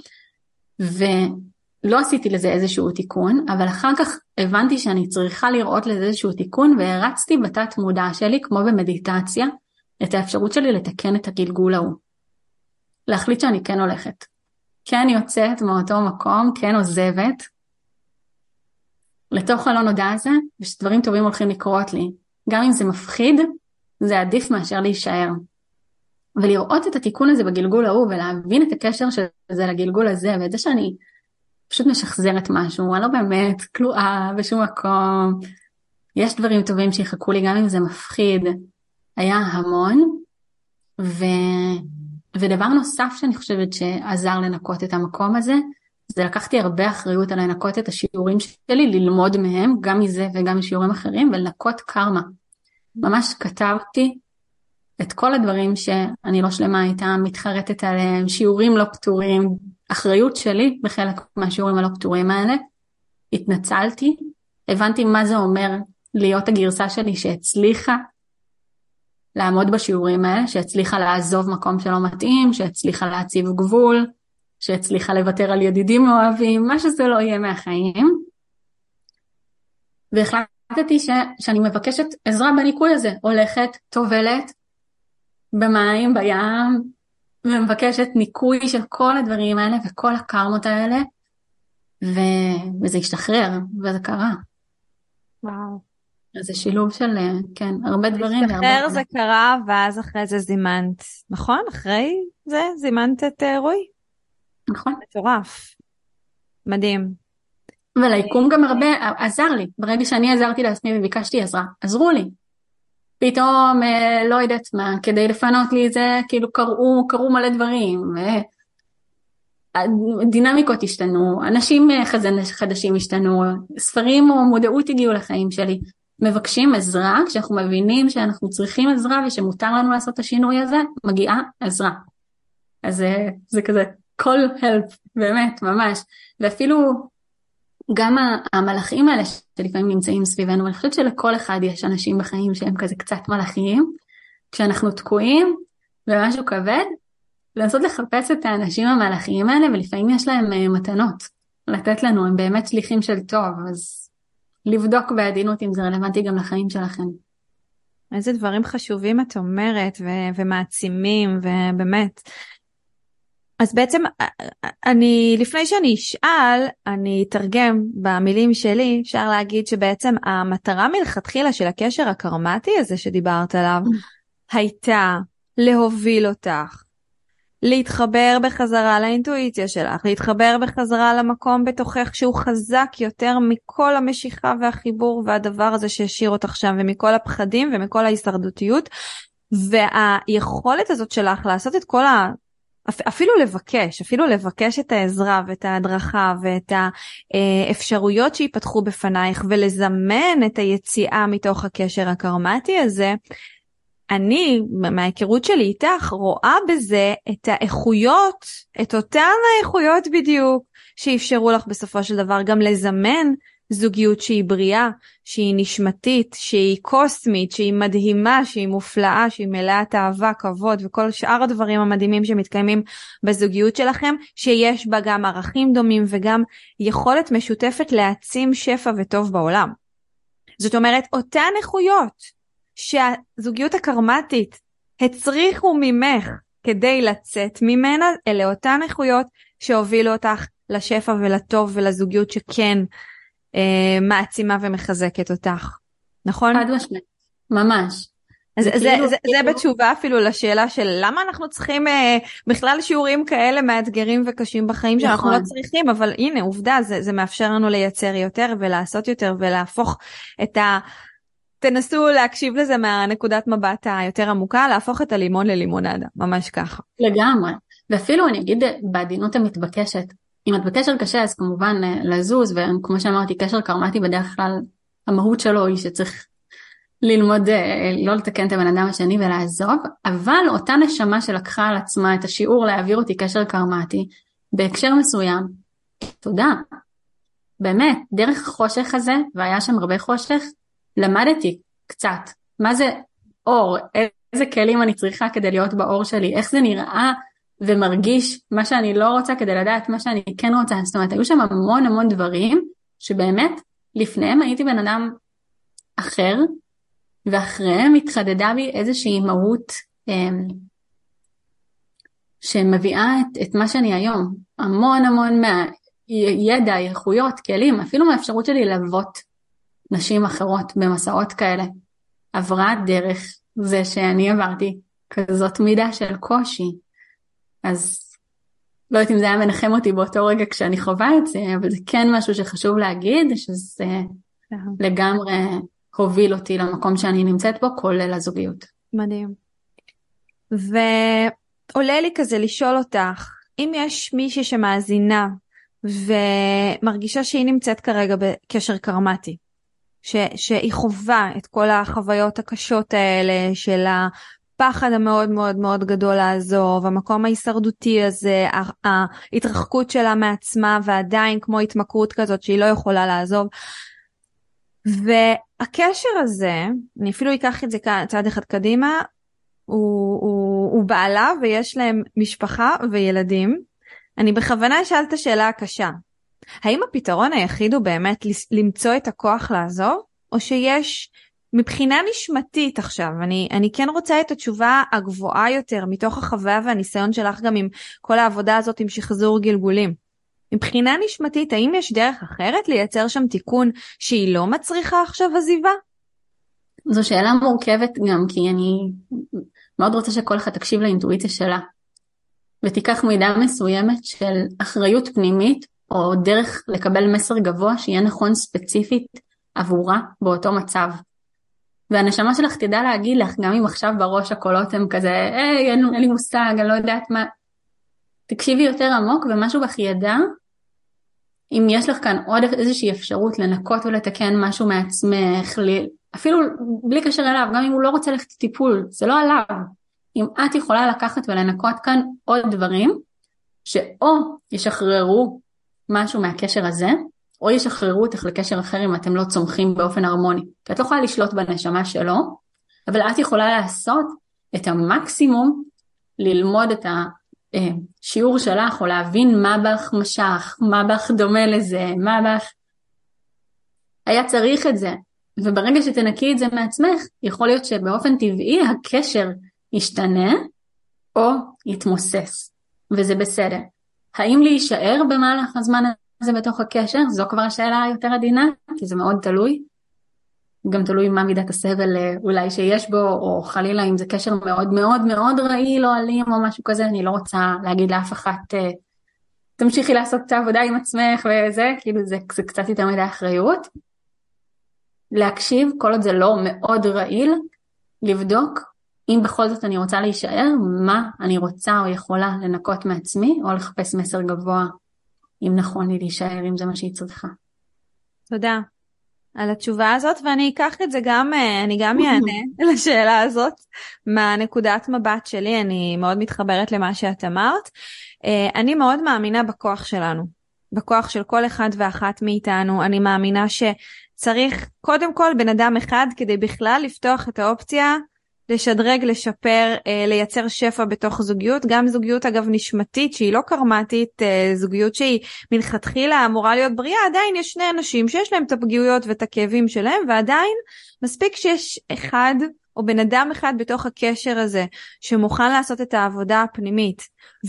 לא עשיתי לזה איזשהו תיקון, אבל אחר כך הבנתי שאני צריכה לראות לזה איזשהו תיקון, והרצתי בתת מודע שלי, כמו במדיטציה, את האפשרות שלי לתקן את הגלגול ההוא. להחליט שאני כן הולכת. כן יוצאת מאותו מקום, כן עוזבת, לתוך הלא נודע הזה, ושדברים טובים הולכים לקרות לי. גם אם זה מפחיד, זה עדיף מאשר להישאר. ולראות את התיקון הזה בגלגול ההוא, ולהבין את הקשר של זה לגלגול הזה, ואת זה שאני פשוט משחזרת משהו, אני לא באמת כלואה בשום מקום, יש דברים טובים שיחכו לי, גם אם זה מפחיד, היה המון, ודבר נוסף שאני חושבת שעזר לנקות את המקום הזה, זה לקחתי הרבה אחריות על לנקות את השיעורים שלי, ללמוד מהם, גם מזה וגם משיעורים אחרים, ולנקות קרמה. ממש כתבתי את כל הדברים שאני לא שלמה איתם, מתחרטת עליהם, שיעורים לא פתורים, אחריות שלי בחלק מהשיעורים הלא פתורים האלה, התנצלתי, הבנתי מה זה אומר להיות הגרסה שלי שהצליחה לעמוד בשיעורים האלה, שהצליחה לעזוב מקום שלא מתאים, שהצליחה להציב גבול, שהצליחה לוותר על ידידים אוהבים, מה שזה לא יהיה מהחיים. והחלטתי שאני מבקשת עזרה בניקוי הזה, הולכת, טובלת במים, בים, ומבקשת ניקוי של כל הדברים האלה וכל הקרמות האלה, וזה השתחרר, וזה קרה. וואו. אז זה שילוב של, כן, הרבה דברים. השתחרר זה קרה, ואז אחרי זה זימנת, נכון? אחרי זה זימנת את רועי? נכון. מטורף. מדהים. וליקום גם הרבה עזר לי. ברגע שאני עזרתי לעצמי וביקשתי עזרה, עזרו לי. פתאום, לא יודעת מה, כדי לפנות לי את זה, כאילו קראו מלא דברים, דינמיקות השתנו, אנשים חדשים השתנו, ספרים או מודעות הגיעו לחיים שלי. מבקשים עזרה, כשאנחנו מבינים שאנחנו צריכים עזרה ושמותר לנו לעשות את השינוי הזה, מגיעה עזרה. אז זה כזה call help, באמת, ממש. ואפילו גם המלאכים האלה שלפעמים נמצאים סביבנו, ואני חושבת שלכל אחד יש אנשים בחיים שהם כזה קצת מלאכיים, כשאנחנו תקועים במשהו כבד, לנסות לחפש את האנשים המלאכיים האלה, ולפעמים יש להם מתנות לתת לנו, הם באמת שליחים של טוב, אז לבדוק בעדינות אם זה רלוונטי גם לחיים שלכם. איזה דברים חשובים את אומרת, ומעצימים, ובאמת. אז בעצם, לפני שאני אשאל, אני אתרגם במילים שלי, אפשר להגיד שבעצם המטרה מלכתחילה של הקשר הקרמטי הזה שדיברת עליו, הייתה להוביל אותך, להתחבר בחזרה לאינטואיציה שלך, להתחבר בחזרה למקום בתוכך שהוא חזק יותר מכל המשיכה והחיבור והדבר הזה שהשאיר אותך שם, ומכל הפחדים ומכל ההישרדותיות, והיכולת הזאת שלך לעשות את כל אפילו לבקש את העזרה ואת ההדרכה ואת האפשרויות שיפתחו בפנייך, ולזמן את היציאה מתוך הקשר הקרמטי הזה, אני, מההיכרות שלי איתך, רואה בזה את האיכויות, את אותן האיכויות בדיוק, שאפשרו לך בסופו של דבר גם לזמן זוגיות שהיא בריאה, שהיא נשמתית, שהיא קוסמית, שהיא מדהימה, שהיא מופלאה, שהיא מלאת אהבה, כבוד, וכל שאר הדברים המדהימים שמתקיימים בזוגיות שלכם, שיש בה גם ערכים דומים, וגם יכולת משותפת להעצים שפע וטוב בעולם. זאת אומרת, אותן איכויות, שהזוגיות הקרמטית הצריכו ממך כדי לצאת ממנה, אלה אותן איכויות שהובילו אותך לשפע ולטוב ולזוגיות שכן מעצימה ומחזקת אותך. נכון? חד משמעית, ממש. אז זה בתשובה אפילו לשאלה של למה אנחנו צריכים בכלל שיעורים כאלה מאתגרים וקשים בחיים שאנחנו לא צריכים, אבל הנה עובדה, זה מאפשר לנו לייצר יותר ולעשות יותר ולהפוך את תנסו להקשיב לזה מהנקודת מבט היותר עמוקה, להפוך את הלימון ללימונדה, ממש ככה. לגמרי, ואפילו אני אגיד בעדינות המתבקשת, אם את בקשר קשה אז כמובן לזוז, וכמו שאמרתי, קשר קרמטי בדרך כלל, המהות שלו היא שצריך ללמוד, לא לתקן את הבן אדם השני ולעזוב, אבל אותה נשמה שלקחה על עצמה את השיעור להעביר אותי קשר קרמטי, בהקשר מסוים, תודה. באמת, דרך החושך הזה, והיה שם הרבה חושך, למדתי קצת, מה זה אור, איזה כלים אני צריכה כדי להיות באור שלי, איך זה נראה ומרגיש מה שאני לא רוצה כדי לדעת מה שאני כן רוצה. זאת אומרת, היו שם המון המון דברים שבאמת לפניהם הייתי בן אדם אחר, ואחריהם התחדדה בי איזושהי מהות שמביאה את מה שאני היום. המון המון מהידע, איכויות, כלים, אפילו מהאפשרות שלי ללוות נשים אחרות במסעות כאלה. עברה דרך זה שאני עברתי כזאת מידה של קושי. אז לא יודעת אם זה היה מנחם אותי באותו רגע כשאני חווה את זה, אבל זה כן משהו שחשוב להגיד, שזה לגמרי הוביל אותי למקום שאני נמצאת בו, כולל הזוגיות. מדהים. ועולה לי כזה לשאול אותך, אם יש מישהי שמאזינה ומרגישה שהיא נמצאת כרגע בקשר קרמטי, שהיא חובה את כל החוויות הקשות האלה של הפחד המאוד מאוד מאוד גדול לעזוב, המקום ההישרדותי הזה, ההתרחקות שלה מעצמה ועדיין כמו התמכרות כזאת שהיא לא יכולה לעזוב. והקשר הזה, אני אפילו אקח את זה צעד אחד קדימה, הוא בעלה ויש להם משפחה וילדים. אני בכוונה אשאל את השאלה הקשה. האם הפתרון היחיד הוא באמת למצוא את הכוח לעזוב? או שיש מבחינה נשמתית עכשיו, אני כן רוצה את התשובה הגבוהה יותר מתוך החוויה והניסיון שלך גם עם כל העבודה הזאת עם שחזור גלגולים. מבחינה נשמתית, האם יש דרך אחרת לייצר שם תיקון שהיא לא מצריכה עכשיו עזיבה? זו שאלה מורכבת גם, כי אני מאוד רוצה שכל אחד תקשיב לאינטואיציה שלה, ותיקח מידה מסוימת של אחריות פנימית, או דרך לקבל מסר גבוה שיהיה נכון ספציפית עבורה באותו מצב. והנשמה שלך תדע להגיד לך, גם אם עכשיו בראש הקולות הם כזה, אין לי מושג, אני לא יודעת מה. תקשיבי יותר עמוק, ומשהו בך ידע, אם יש לך כאן עוד איזושהי אפשרות לנקות ולתקן משהו מעצמך, אפילו בלי קשר אליו, גם אם הוא לא רוצה ללכת לטיפול, זה לא עליו. אם את יכולה לקחת ולנקות כאן עוד דברים, שאו ישחררו משהו מהקשר הזה, או ישחררו אותך לקשר אחר אם אתם לא צומחים באופן הרמוני. כי את לא יכולה לשלוט בנשמה שלו, אבל את יכולה לעשות את המקסימום, ללמוד את השיעור שלך, או להבין מה בך משך, מה בך דומה לזה, מה בך היה צריך את זה. וברגע שתנקי את זה מעצמך, יכול להיות שבאופן טבעי הקשר ישתנה, או יתמוסס, וזה בסדר. האם להישאר במהלך הזמן הזה בתוך הקשר? זו כבר השאלה יותר עדינה, כי זה מאוד תלוי. גם תלוי מה מידת הסבל אולי שיש בו, או חלילה אם זה קשר מאוד מאוד מאוד רעיל או אלים או משהו כזה. אני לא רוצה להגיד לאף אחת, תמשיכי לעשות את העבודה עם עצמך וזה, כאילו זה קצת יותר מדי אחריות. להקשיב, כל עוד זה לא מאוד רעיל, לבדוק אם בכל זאת אני רוצה להישאר, מה אני רוצה או יכולה לנקות מעצמי, או לחפש מסר גבוה, אם נכון לי להישאר, אם זה מה שהיא צריכה. תודה על התשובה הזאת, ואני אקח את זה גם, אני גם יענה לשאלה הזאת, מהנקודת מבט שלי, אני מאוד מתחברת למה שאת אמרת. אני מאוד מאמינה בכוח שלנו, בכוח של כל אחד ואחת מאיתנו. אני מאמינה שצריך קודם כל בן אדם אחד, כדי בכלל לפתוח את האופציה, לשדרג, לשפר, לייצר שפע בתוך זוגיות, גם זוגיות אגב נשמתית שהיא לא קרמטית, זוגיות שהיא מלכתחילה אמורה להיות בריאה, עדיין יש שני אנשים שיש להם את הפגיעויות ואת הכאבים שלהם, ועדיין מספיק שיש אחד או בן אדם אחד בתוך הקשר הזה, שמוכן לעשות את העבודה הפנימית,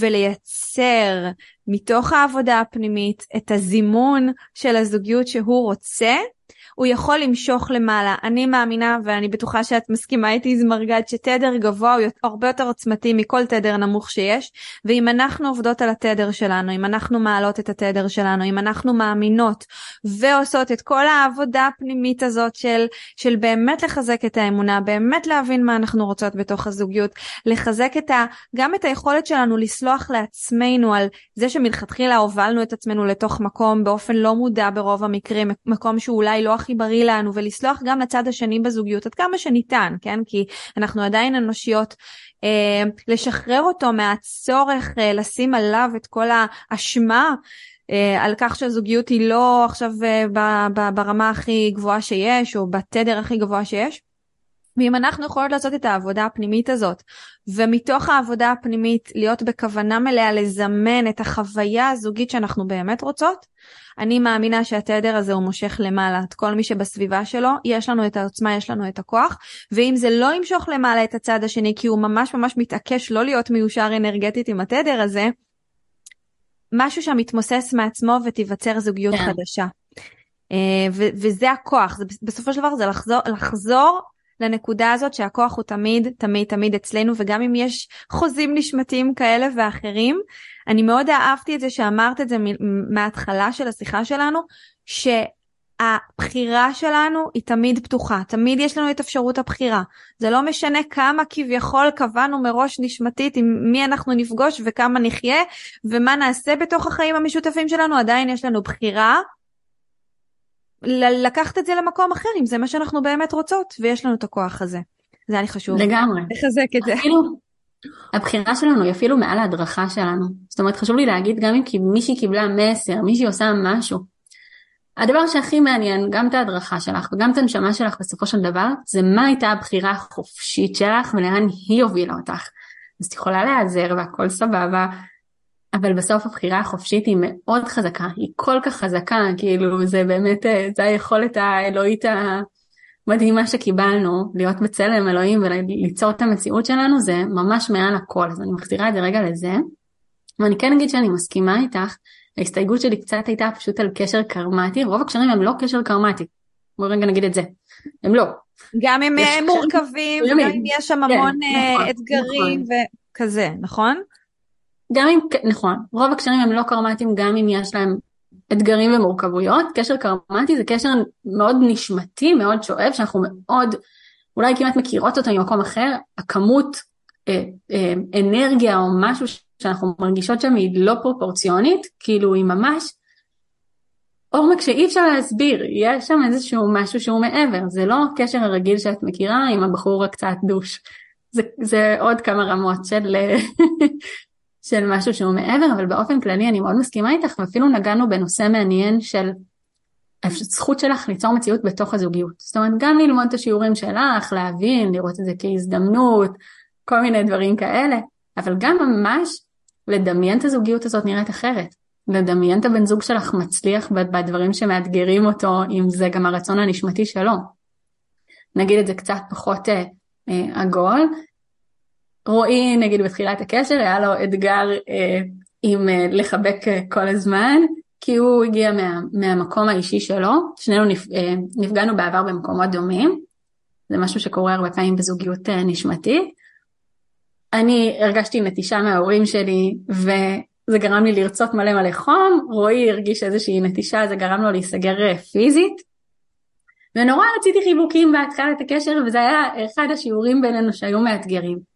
ולייצר מתוך העבודה הפנימית את הזימון של הזוגיות שהוא רוצה, הוא יכול למשוך למעלה. אני מאמינה, ואני בטוחה שאת מסכימה איתי זמרגד, שתדר גבוה הוא הרבה יותר עוצמתי מכל תדר נמוך שיש, ואם אנחנו עובדות על התדר שלנו, אם אנחנו מעלות את התדר שלנו, אם אנחנו מאמינות ועושות את כל העבודה הפנימית הזאת של באמת לחזק את האמונה, באמת להבין מה אנחנו רוצות בתוך הזוגיות, לחזק גם את היכולת שלנו לסלוח לעצמנו על זה שמלכתחילה הובלנו את עצמנו לתוך מקום באופן לא מודע ברוב המקרים, מקום שאולי לא הכי בריא לנו, ולסלוח גם לצד השני בזוגיות עד כמה שניתן, כן? כי אנחנו עדיין אנושיות, לשחרר אותו מהצורך לשים עליו את כל האשמה על כך שהזוגיות היא לא עכשיו ברמה הכי גבוהה שיש, או בתדר הכי גבוה שיש. ואם אנחנו יכולות לעשות את העבודה הפנימית הזאת, ומתוך העבודה הפנימית להיות בכוונה מלאה לזמן את החוויה הזוגית שאנחנו באמת רוצות, אני מאמינה שהתדר הזה הוא מושך למעלה, את כל מי שבסביבה שלו, יש לנו את העוצמה, יש לנו את הכוח, ואם זה לא ימשוך למעלה את הצד השני, כי הוא ממש ממש מתעקש לא להיות מיושר אנרגטית עם התדר הזה, משהו שם מתמוסס מעצמו ותיווצר זוגיות חדשה. וזה הכוח, בסופו של דבר זה לחזור לנקודה הזאת שהכוח הוא תמיד, תמיד, תמיד אצלנו, וגם אם יש חוזים נשמתיים כאלה ואחרים, אני מאוד אהבתי את זה שאמרת את זה מההתחלה של השיחה שלנו, שהבחירה שלנו היא תמיד פתוחה, תמיד יש לנו את אפשרות הבחירה. זה לא משנה כמה כביכול קבענו מראש נשמתית עם מי אנחנו נפגוש וכמה נחיה, ומה נעשה בתוך החיים המשותפים שלנו, עדיין יש לנו בחירה, לקחת את זה למקום אחר, אם זה מה שאנחנו באמת רוצות, ויש לנו את הכוח הזה. זה היה לי חשוב. לגמרי. לחזק את זה. אפילו, הבחירה שלנו היא אפילו מעל ההדרכה שלנו. זאת אומרת, חשוב לי להגיד, גם אם מישהי קיבלה מסר, מישהי עושה משהו, הדבר שהכי מעניין, גם את ההדרכה שלך, וגם את הנשמה שלך בסופו של דבר, זה מה הייתה הבחירה החופשית שלך, ולאן היא הובילה אותך. אז את יכולה להיעזר, והכל סבבה, אבל בסוף הבחירה החופשית היא מאוד חזקה, היא כל כך חזקה, כאילו זה באמת, זה היכולת האלוהית המדהימה שקיבלנו, להיות בצלם אלוהים וליצור את המציאות שלנו, זה ממש מעל הכל, אז אני מחזירה את זה רגע לזה, ואני כן אגיד שאני מסכימה איתך, ההסתייגות שלי קצת הייתה פשוט על קשר קרמטי, רוב הקשרים הם לא קשר קרמטי, בואו רגע נגיד את זה, הם לא. גם אם הם מורכבים, גם אם יש שם המון אתגרים וכזה, נכון? גם אם, נכון, רוב הקשרים הם לא קרמטיים, גם אם יש להם אתגרים ומורכבויות. קשר קרמטי זה קשר מאוד נשמתי, מאוד שואב, שאנחנו מאוד, אולי כמעט מכירות אותו ממקום אחר, הכמות אנרגיה או משהו שאנחנו מרגישות שם היא לא פרופורציונית, כאילו היא ממש עומק שאי אפשר להסביר, יש שם איזשהו משהו שהוא מעבר, זה לא הקשר הרגיל שאת מכירה עם הבחור הקצת דוש, זה עוד כמה רמות של משהו שהוא מעבר, אבל באופן כללי אני מאוד מסכימה איתך, ואפילו נגענו בנושא מעניין של הזכות שלך ליצור מציאות בתוך הזוגיות. זאת אומרת, גם ללמוד את השיעורים שלך, להבין, לראות את זה כהזדמנות, כל מיני דברים כאלה, אבל גם ממש לדמיין את הזוגיות הזאת נראית אחרת. לדמיין את הבן זוג שלך מצליח בדברים שמאתגרים אותו, אם זה גם הרצון הנשמתי שלו. נגיד את זה קצת פחות עגול, רועי, נגיד בתחילת הקשר, היה לו אתגר עם לחבק כל הזמן, כי הוא הגיע מהמקום האישי שלו, שנינו נפגענו בעבר במקומות דומים, זה משהו שקורה הרבה פעמים בזוגיות נשמתית, אני הרגשתי נטישה מההורים שלי, וזה גרם לי לרצות מלא מלא חום, רועי הרגיש איזושהי נטישה, זה גרם לו להיסגר פיזית, ונורא רציתי חיבוקים בהתחלת הקשר, וזה היה אחד השיעורים בינינו שהיו מאתגרים.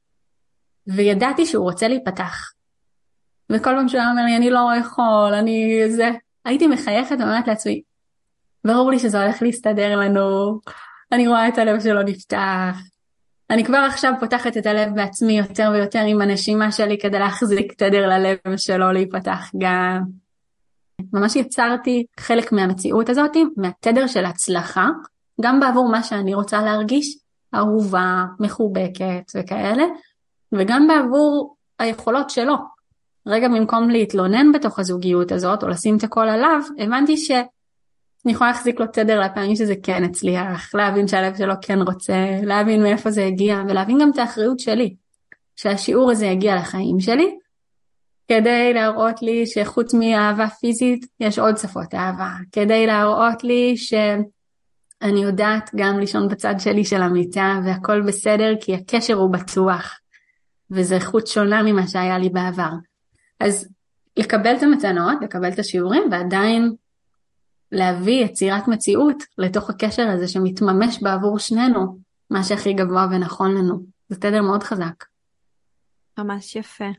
וידעתי שהוא רוצה להיפתח. וכל פעם שהוא אומר לי, אני לא יכול, הייתי מחייכת ואומרת לעצמי, ברור לי שזה הולך להסתדר לנו, אני רואה את הלב שלו נפתח, אני כבר עכשיו פותחת את הלב בעצמי יותר ויותר עם הנשימה שלי, כדי להחזיק תדר ללב שלו להיפתח גם. ממש יצרתי חלק מהמציאות הזאת, מהתדר של הצלחה, גם בעבור מה שאני רוצה להרגיש, אהובה, מחובקת וכאלה, וגם בעבור היכולות שלו. רגע במקום להתלונן בתוך הזוגיות הזאת, או לשים את הכל עליו, הבנתי שאני יכולה להחזיק לו תדר לפעמים שזה כן הצליח, להבין שהלב שלו כן רוצה, להבין מאיפה זה הגיע, ולהבין גם את האחריות שלי, שהשיעור הזה יגיע לחיים שלי, כדי להראות לי שחוץ מאהבה פיזית, יש עוד שפות אהבה, כדי להראות לי שאני יודעת גם לישון בצד שלי של המיטה, והכל בסדר, כי הקשר הוא בטוח. וזה איכות שונה ממה שהיה לי בעבר. אז לקבל את המתנות, לקבל את השיעורים, ועדיין להביא יצירת מציאות לתוך הקשר הזה שמתממש בעבור שנינו, מה שהכי גבוה ונכון לנו. זה תדר מאוד חזק. ממש יפה.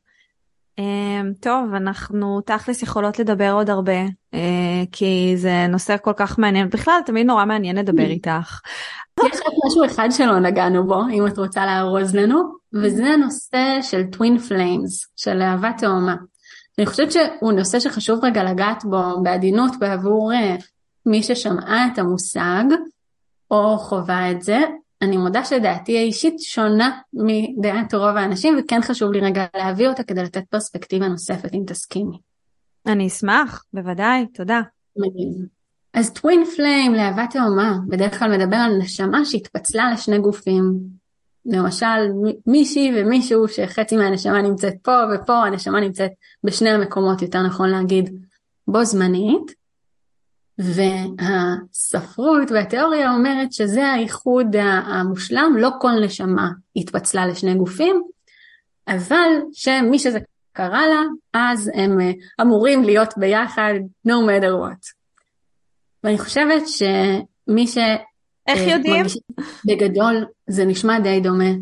טוב, אנחנו תכלס יכולות לדבר עוד הרבה, כי זה נושא כל כך מעניין. בכלל, תמיד נורא מעניין לדבר איתך. יש רק משהו אחד שלא נגענו בו, אם את רוצה להרוז לנו, וזה הנושא של Twin Flames, של אהבה תאומה. אני חושבת שהוא נושא שחשוב רגע לגעת בו בעדינות בעבור מי ששמעה את המושג, או חובה את זה. אני מודה שדעתי האישית שונה מדעת רוב האנשים, וכן חשוב לי רגע להביא אותה כדי לתת פרספקטיבה נוספת, אם תסכימי. אני אשמח, בוודאי, תודה. מדהים. אז טווין פליים לאהבה תאומה, בדרך כלל מדבר על נשמה שהתפצלה לשני גופים. למשל, מישהי ומישהו שחצי מהנשמה נמצאת פה, ופה הנשמה נמצאת בשני המקומות, יותר נכון להגיד, בו זמנית. והספרות והתיאוריה אומרת שזה האיחוד המושלם, לא כל נשמה התפצלה לשני גופים, אבל שמי שזה קרה לה, אז הם אמורים להיות ביחד no matter what. ואני חושבת שמי איך יודעים? בגדול זה נשמע די דומה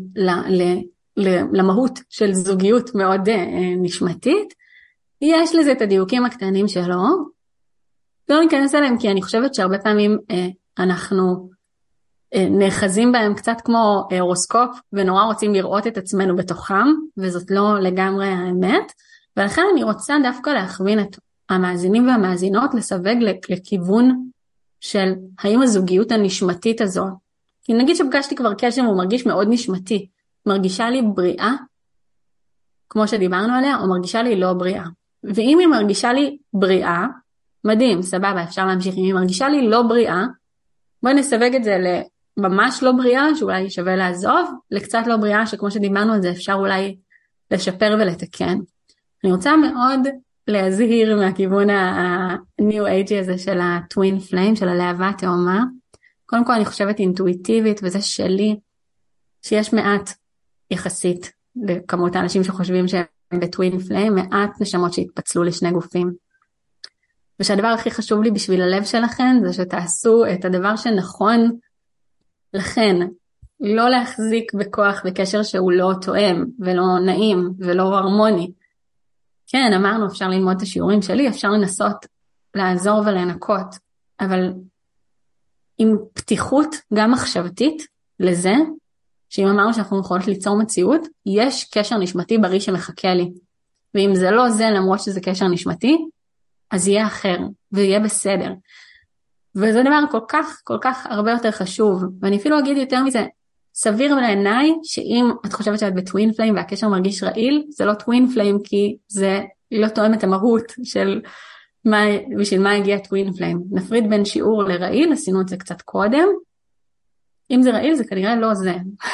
למהות של זוגיות מאוד נשמתית, יש לזה את הדיוקים הקטנים שלו, לא ניכנס אליהם כי אני חושבת שהרבה פעמים אנחנו נאחזים בהם קצת כמו הורוסקופ, ונורא רוצים לראות את עצמנו בתוכם, וזאת לא לגמרי האמת, ולכן אני רוצה דווקא להכווין את המאזינים והמאזינות לסווג לכיוון של האם הזוגיות הנשמתית הזו, כי נגיד שפגשתי כבר קשר והוא מרגיש מאוד נשמתי, מרגישה לי בריאה, כמו שדיברנו עליה, או מרגישה לי לא בריאה. ואם היא מרגישה לי בריאה, מדהים, סבבה, אפשר להמשיך. אם היא מרגישה לי לא בריאה, בואי נסווג את זה לממש לא בריאה, שאולי שווה לעזוב, לקצת לא בריאה, שכמו שדיברנו על זה, אפשר אולי לשפר ולתקן. אני רוצה מאוד להזהיר מהכיוון ה-New Age הזה של ה-Twin Flame, של הלהבה התאומה. קודם כל אני חושבת אינטואיטיבית, וזה שלי, שיש מעט יחסית לכמות האנשים שחושבים שהם בטווין פליים, מעט נשמות שהתפצלו לשני גופים. ושהדבר הכי חשוב לי בשביל הלב שלכם, זה שתעשו את הדבר שנכון לכן, לא להחזיק בכוח בקשר שהוא לא תואם, ולא נעים, ולא הרמוני. כן, אמרנו, אפשר ללמוד את השיעורים שלי, אפשר לנסות לעזור ולנקות, אבל עם פתיחות גם מחשבתית לזה, שאם אמרנו שאנחנו יכולות ליצור מציאות, יש קשר נשמתי בריא שמחכה לי. ואם זה לא זה, למרות שזה קשר נשמתי, אז יהיה אחר, ויהיה בסדר. וזה דבר כל כך הרבה יותר חשוב. ואני אפילו אגיד יותר מזה, סביר לעיניי, שאם את חושבת שאת בטווין פליים, והקשר מרגיש רעיל, זה לא טווין פליים, כי זה לא תואם את המהות של בשביל מה הגיע טווין פליים. נפריד בין שיעור לרעיל, עשינו את זה קצת קודם, אם זה רעיל זה כנראה לא זה.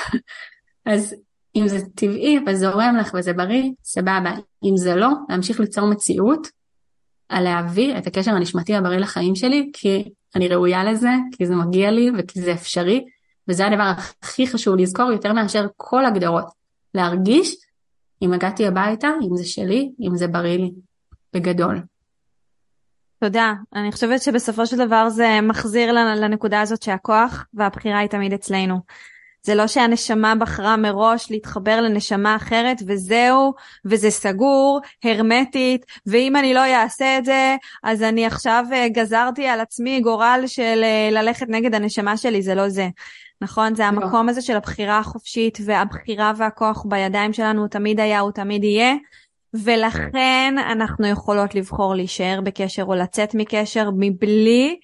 אז אם זה טבעי וזורם לך וזה בריא, סבבה. אם זה לא, להמשיך ליצור מציאות על להביא את הקשר הנשמתי הבריא לחיים שלי, כי אני ראויה לזה, כי זה מגיע לי וכי זה אפשרי, וזה הדבר הכי חשוב לזכור יותר מאשר כל הגדרות. להרגיש אם הגעתי הביתה, אם זה שלי, אם זה בריא לי, בגדול. תודה. אני חושבת שבסופו של דבר זה מחזיר לנקודה הזאת שהכוח והבחירה היא תמיד אצלנו. זה לא שהנשמה בחרה מראש להתחבר לנשמה אחרת וזהו, וזה סגור, הרמטית, ואם אני לא אעשה את זה, אז אני עכשיו גזרתי על עצמי גורל של ללכת נגד הנשמה שלי, זה לא זה. נכון? זה המקום הזה של הבחירה החופשית, והבחירה והכוח בידיים שלנו הוא תמיד היה, הוא תמיד יהיה. ולכן אנחנו יכולות לבחור להישאר בקשר או לצאת מקשר מבלי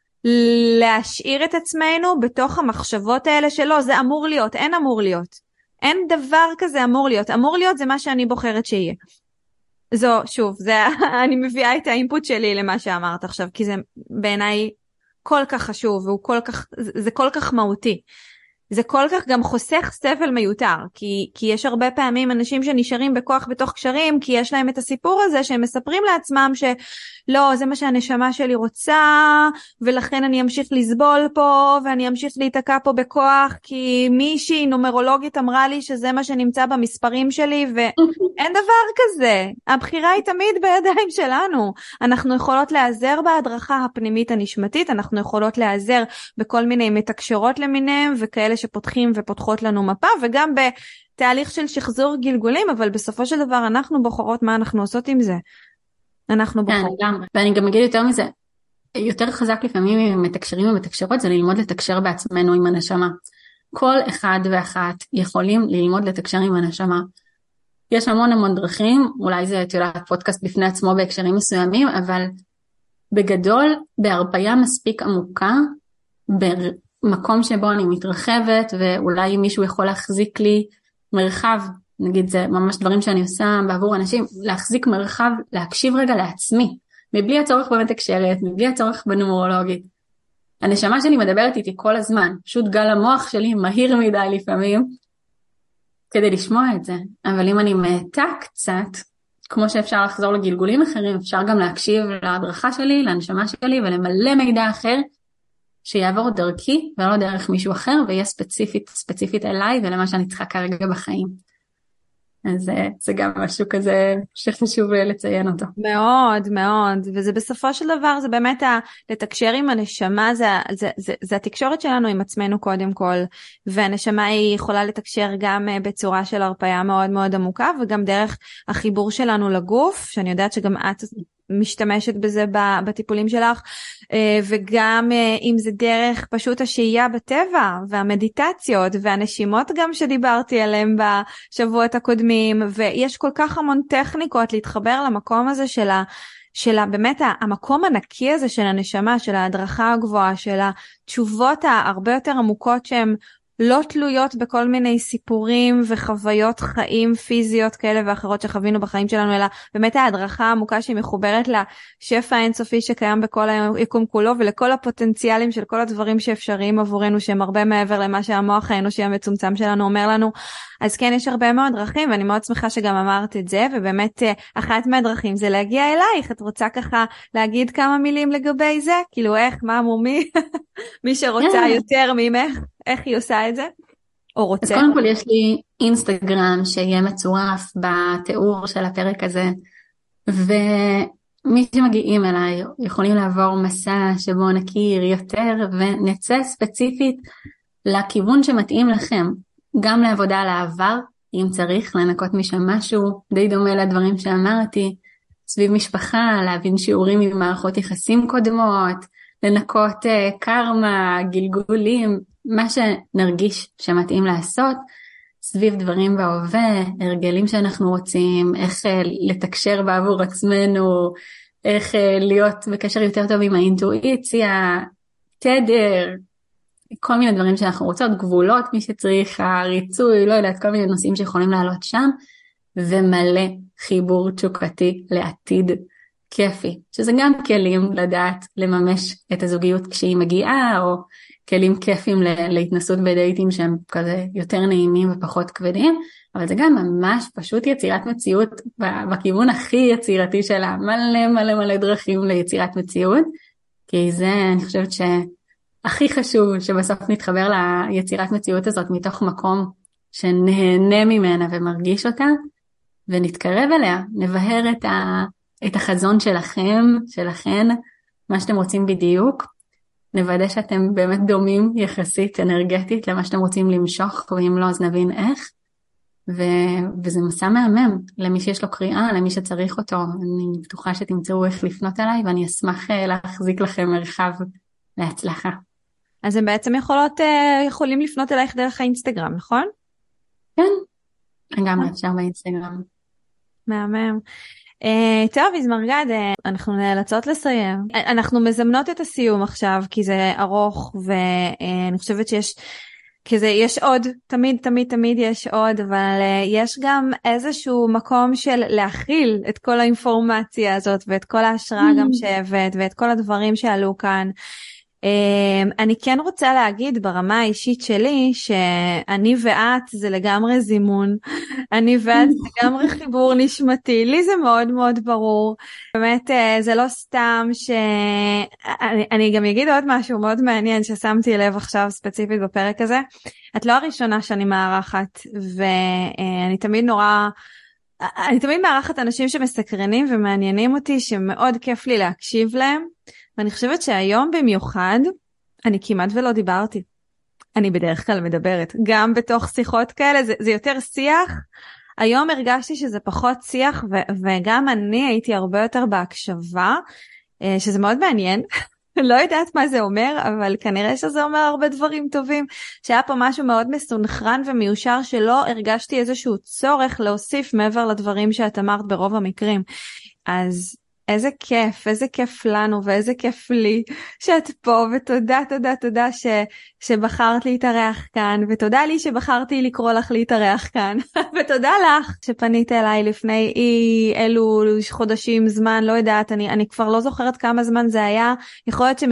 להשאיר את עצמנו בתוך המחשבות האלה שלא, זה אמור להיות, אין אמור להיות. אין דבר כזה אמור להיות. אמור להיות זה מה שאני בוחרת שיהיה. זו, שוב, אני מביאה את האינפוט שלי למה שאמרת עכשיו, כי זה בעיניי כל כך חשוב, זה כל כך מהותי. זה כל כך גם חוסך סבל מיותר, כי יש הרבה פעמים אנשים שנשארים בכוח בתוך קשרים, כי יש להם את הסיפור הזה שהם מספרים לעצמם שלא, זה מה שהנשמה שלי רוצה, ולכן אני אמשיך לסבול פה, ואני אמשיך להתעקע פה בכוח, כי מישהי נומרולוגית אמרה לי שזה מה שנמצא במספרים שלי, ואין דבר כזה. הבחירה היא תמיד בידיים שלנו. אנחנו יכולות להיעזר בהדרכה הפנימית הנשמתית, אנחנו יכולות להיעזר בכל מיני מתקשרות למיניהם, וכאלה שפותחים ופותחות לנו מפה, וגם בתהליך של שחזור גלגולים, אבל בסופו של דבר אנחנו בוחרות מה אנחנו עושות עם זה. אנחנו בוחרות. ואני גם אגיד יותר מזה, יותר חזק לפעמים עם מתקשרים ומתקשרות, זה ללמוד לתקשר בעצמנו עם הנשמה. כל אחד ואחת יכולים ללמוד לתקשר עם הנשמה. יש המון דרכים, אולי זה פודקאסט בפני עצמו בהקשרים מסוימים, אבל בגדול, בהרפאיה מספיק עמוקה, במקום שבו אני מתרחבת, ואולי מישהו יכול להחזיק לי מרחב, נגיד זה ממש דברים שאני עושה בעבור אנשים, להחזיק מרחב, להקשיב רגע לעצמי, מבלי הצורך במתקשרת, מבלי הצורך בנומרולוגית. הנשמה שלי מדברת איתי כל הזמן, פשוט גל המוח שלי מהיר מדי לפעמים, כדי לשמוע את זה. אבל אם אני מעטה קצת, כמו שאפשר לחזור לגלגולים אחרים, אפשר גם להקשיב להדרכה שלי, להנשמה שלי, ולמלא מידע אחר שיעבור דרכי ולא דרך מישהו אחר, ויהיה ספציפית אליי ולמה שאני צריכה כרגע בחיים. אז זה גם משהו כזה שחשוב לציין אותו. מאוד מאוד, וזה בסופו של דבר, זה באמת לתקשר עם הנשמה, זה התקשורת שלנו עם עצמנו קודם כל, והנשמה היא יכולה לתקשר גם בצורה של הרפאיה מאוד מאוד עמוקה, וגם דרך החיבור שלנו לגוף, שאני יודעת שגם את משתמשת בזה בטיפולים שלך, וגם אם זה דרך פשוט השהייה בטבע, והמדיטציות, והנשימות גם שדיברתי עליהם בשבועות הקודמים, ויש כל כך המון טכניקות להתחבר למקום הזה של באמת המקום הנקי הזה של הנשמה, של ההדרכה הגבוהה, של התשובות הרבה יותר עמוקות שהן לא תלויות בכל מיני סיפורים וחוויות חיים פיזיות כאלה ואחרות שחווינו בחיים שלנו, אלא באמת ההדרכה העמוקה שהיא מחוברת לשפע האינסופי שקיים בכל היקום כולו, ולכל הפוטנציאלים של כל הדברים שאפשריים עבורנו, שהם הרבה מעבר למה שהמוח האנושי המצומצם שלנו אומר לנו. אז כן, יש הרבה מאוד דרכים, ואני מאוד שמחה שגם אמרת את זה, ובאמת אחת מהדרכים זה להגיע אלייך. את רוצה ככה להגיד כמה מילים לגבי זה? כאילו איך, מה, מי שרוצה יותר ממך, איך היא עושה את זה? או רוצה? אז קודם כל יש לי אינסטגרם שיהיה מצורף בתיאור של הפרק הזה, ומי שמגיעים אליי יכולים לעבור מסע שבו נכיר יותר ונצא ספציפית לכיוון שמתאים לכם, גם לעבודה על העבר, אם צריך לנקות משם משהו די דומה לדברים שאמרתי, סביב משפחה, להבין שיעורים עם מערכות יחסים קודמות, לנקות קרמה, גלגולים, מה שנרגיש שמתאים לעשות, סביב דברים בהווה, הרגלים שאנחנו רוצים, איך לתקשר בעבור עצמנו, איך להיות בקשר יותר טוב עם האינטואיציה, תדר, כל מיני דברים שאנחנו רוצות, גבולות, מי שצריך, הריצוי, לא יודעת, כל מיני נושאים שיכולים לעלות שם, ומלא חיבור תשוקתי לעתיד כיפי, שזה גם כלים לדעת לממש את הזוגיות כשהיא מגיעה, או כלים כיפים להתנסות בדייטים שהם כזה יותר נעימים ופחות כבדים, אבל זה גם ממש פשוט יצירת מציאות בכיוון הכי יצירתי שלה, מלא מלא מלא דרכים ליצירת מציאות, כי זה אני חושבת שהכי חשוב שבסוף נתחבר ליצירת מציאות הזאת מתוך מקום שנהנה ממנה ומרגיש אותה, ונתקרב אליה, נבהר את החזון שלכם, שלכן, מה שאתם רוצים בדיוק, נוודא שאתם באמת דומים יחסית אנרגטית למה שאתם רוצים למשוך, ואם לא אז נבין איך, וזה מסע מהמם למי שיש לו קריאה, למי שצריך אותו. אני בטוחה שתמצאו איך לפנות אליי, ואני אשמח להחזיק לכם מרחב להצלחה. אז הם בעצם יכולים לפנות אלייך דרך האינסטגרם, נכון? כן, גם אפשר באינסטגרם. מהמם. טוב, איזמרגד, אנחנו נאלצות לסיים. אנחנו מזמנות את הסיום עכשיו, כי זה ארוך, ואני חושבת יש עוד, תמיד יש עוד, אבל יש גם איזשהו מקום של להכיל את כל האינפורמציה הזאת, ואת כל ההשראה גם שהבאת, ואת כל הדברים שעלו כאן. אני כן רוצה להגיד ברמה האישית שלי שאני ואת זה לגמרי זימון, אני ואת זה לגמרי חיבור נשמתי, לי זה מאוד מאוד ברור, באמת זה לא סתם אני גם אגיד עוד משהו מאוד מעניין ששמתי לב עכשיו ספציפית בפרק הזה, את לא הראשונה שאני מארחת, ואני תמיד מארחת אנשים שמסקרנים ומעניינים אותי, שמאוד כיף לי להקשיב להם, ואני חושבת שהיום במיוחד, אני כמעט ולא דיברתי. אני בדרך כלל מדברת. גם בתוך שיחות כאלה, זה יותר שיח. היום הרגשתי שזה פחות שיח, וגם אני הייתי הרבה יותר בהקשבה, שזה מאוד מעניין. לא יודעת מה זה אומר, אבל כנראה שזה אומר הרבה דברים טובים. שהיה פה משהו מאוד מסונכרן ומיושר, שלא הרגשתי איזשהו צורך להוסיף מעבר לדברים שאת אמרת ברוב המקרים. אז איזה כיף לנו ואיזה כיף לי שאת פה, ותודה, תודה שבחרת להתארח כאן, ותודה לי שבחרתי לקרוא לך להתארח כאן, ותודה לך שפנית אליי לפני אלו חודשים זמן, לא יודעת, אני כבר לא זוכרת כמה זמן זה היה, יכול להיות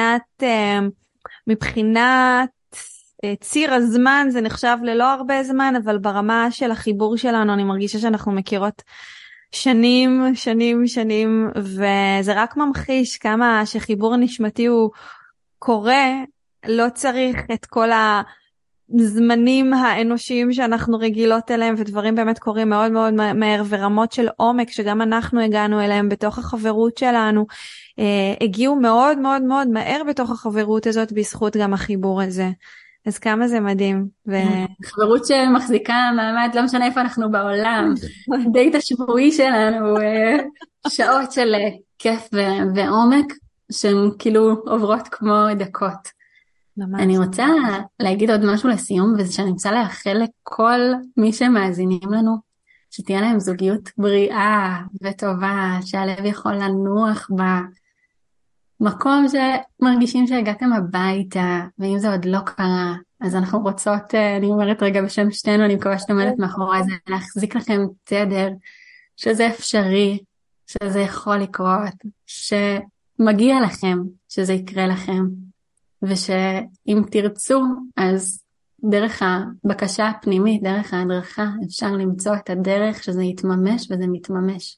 מבחינת ציר הזמן זה נחשב ללא הרבה זמן, אבל ברמה של החיבור שלנו אני מרגישה שאנחנו מכירות שנים, שנים, שנים, וזה רק ממחיש כמה שחיבור נשמתי הוא קורה, לא צריך את כל הזמנים האנושיים שאנחנו רגילות אליהם, ודברים באמת קורים מאוד מאוד מהר, ורמות של עומק שגם אנחנו הגענו אליהם בתוך החברות שלנו, הגיעו מאוד מאוד מאוד מהר בתוך החברות הזאת, בזכות גם החיבור הזה. אז כמה זה מדהים. חברות שמחזיקה מעמד, לא משנה איפה אנחנו בעולם, דייט השבועי שלנו, שעות של כיף ועומק, שהן כאילו עוברות כמו דקות. אני רוצה להגיד עוד משהו לסיום, וזה שאני רוצה לאחל לכל מי שמאזינים לנו, שתהיה להם זוגיות בריאה וטובה, שהלב יכול לנוח במקום שמרגישים שהגעתם הביתה, ואם זה עוד לא קרה, אז אנחנו רוצות, אני אומרת רגע בשם שתינו, אני מקווה שאתם עומדת מאחורי זה, להחזיק לכם תדר, שזה אפשרי, שזה יכול לקרות, שמגיע לכם, שזה יקרה לכם. ושאם תרצו, אז דרך הבקשה הפנימית, דרך ההדרכה, אפשר למצוא את הדרך שזה יתממש וזה מתממש.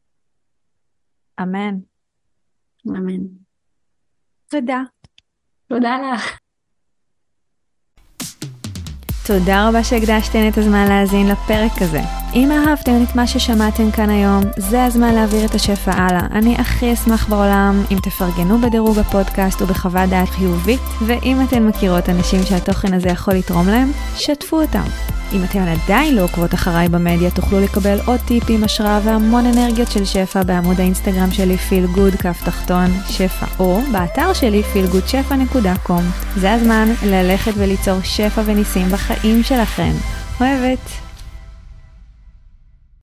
אמן. אמן. תודה. תודה לך. תודה רבה שהקדשתן את הזמן להאזין לפרק הזה. אם אהבתם את מה ששמעתם כאן היום, זה הזמן להעביר את השפע הלאה. אני הכי אשמח בעולם אם תפרגנו בדירוג הפודקאסט ובחוות דעת חיובית, ואם אתן מכירות אנשים שהתוכן הזה יכול לתרום להם, שתפו אותם. אם אתן עדיין לא עוקבות אחריי במדיה, תוכלו לקבל עוד טיפים, השראה והמון אנרגיות של שפע בעמוד האינסטגרם שלי feelgood_שפע, או באתר שלי feelgoodשפע.com. זה הזמן ללכת וליצור שפע וניסים בחיים שלכם. אוהבת.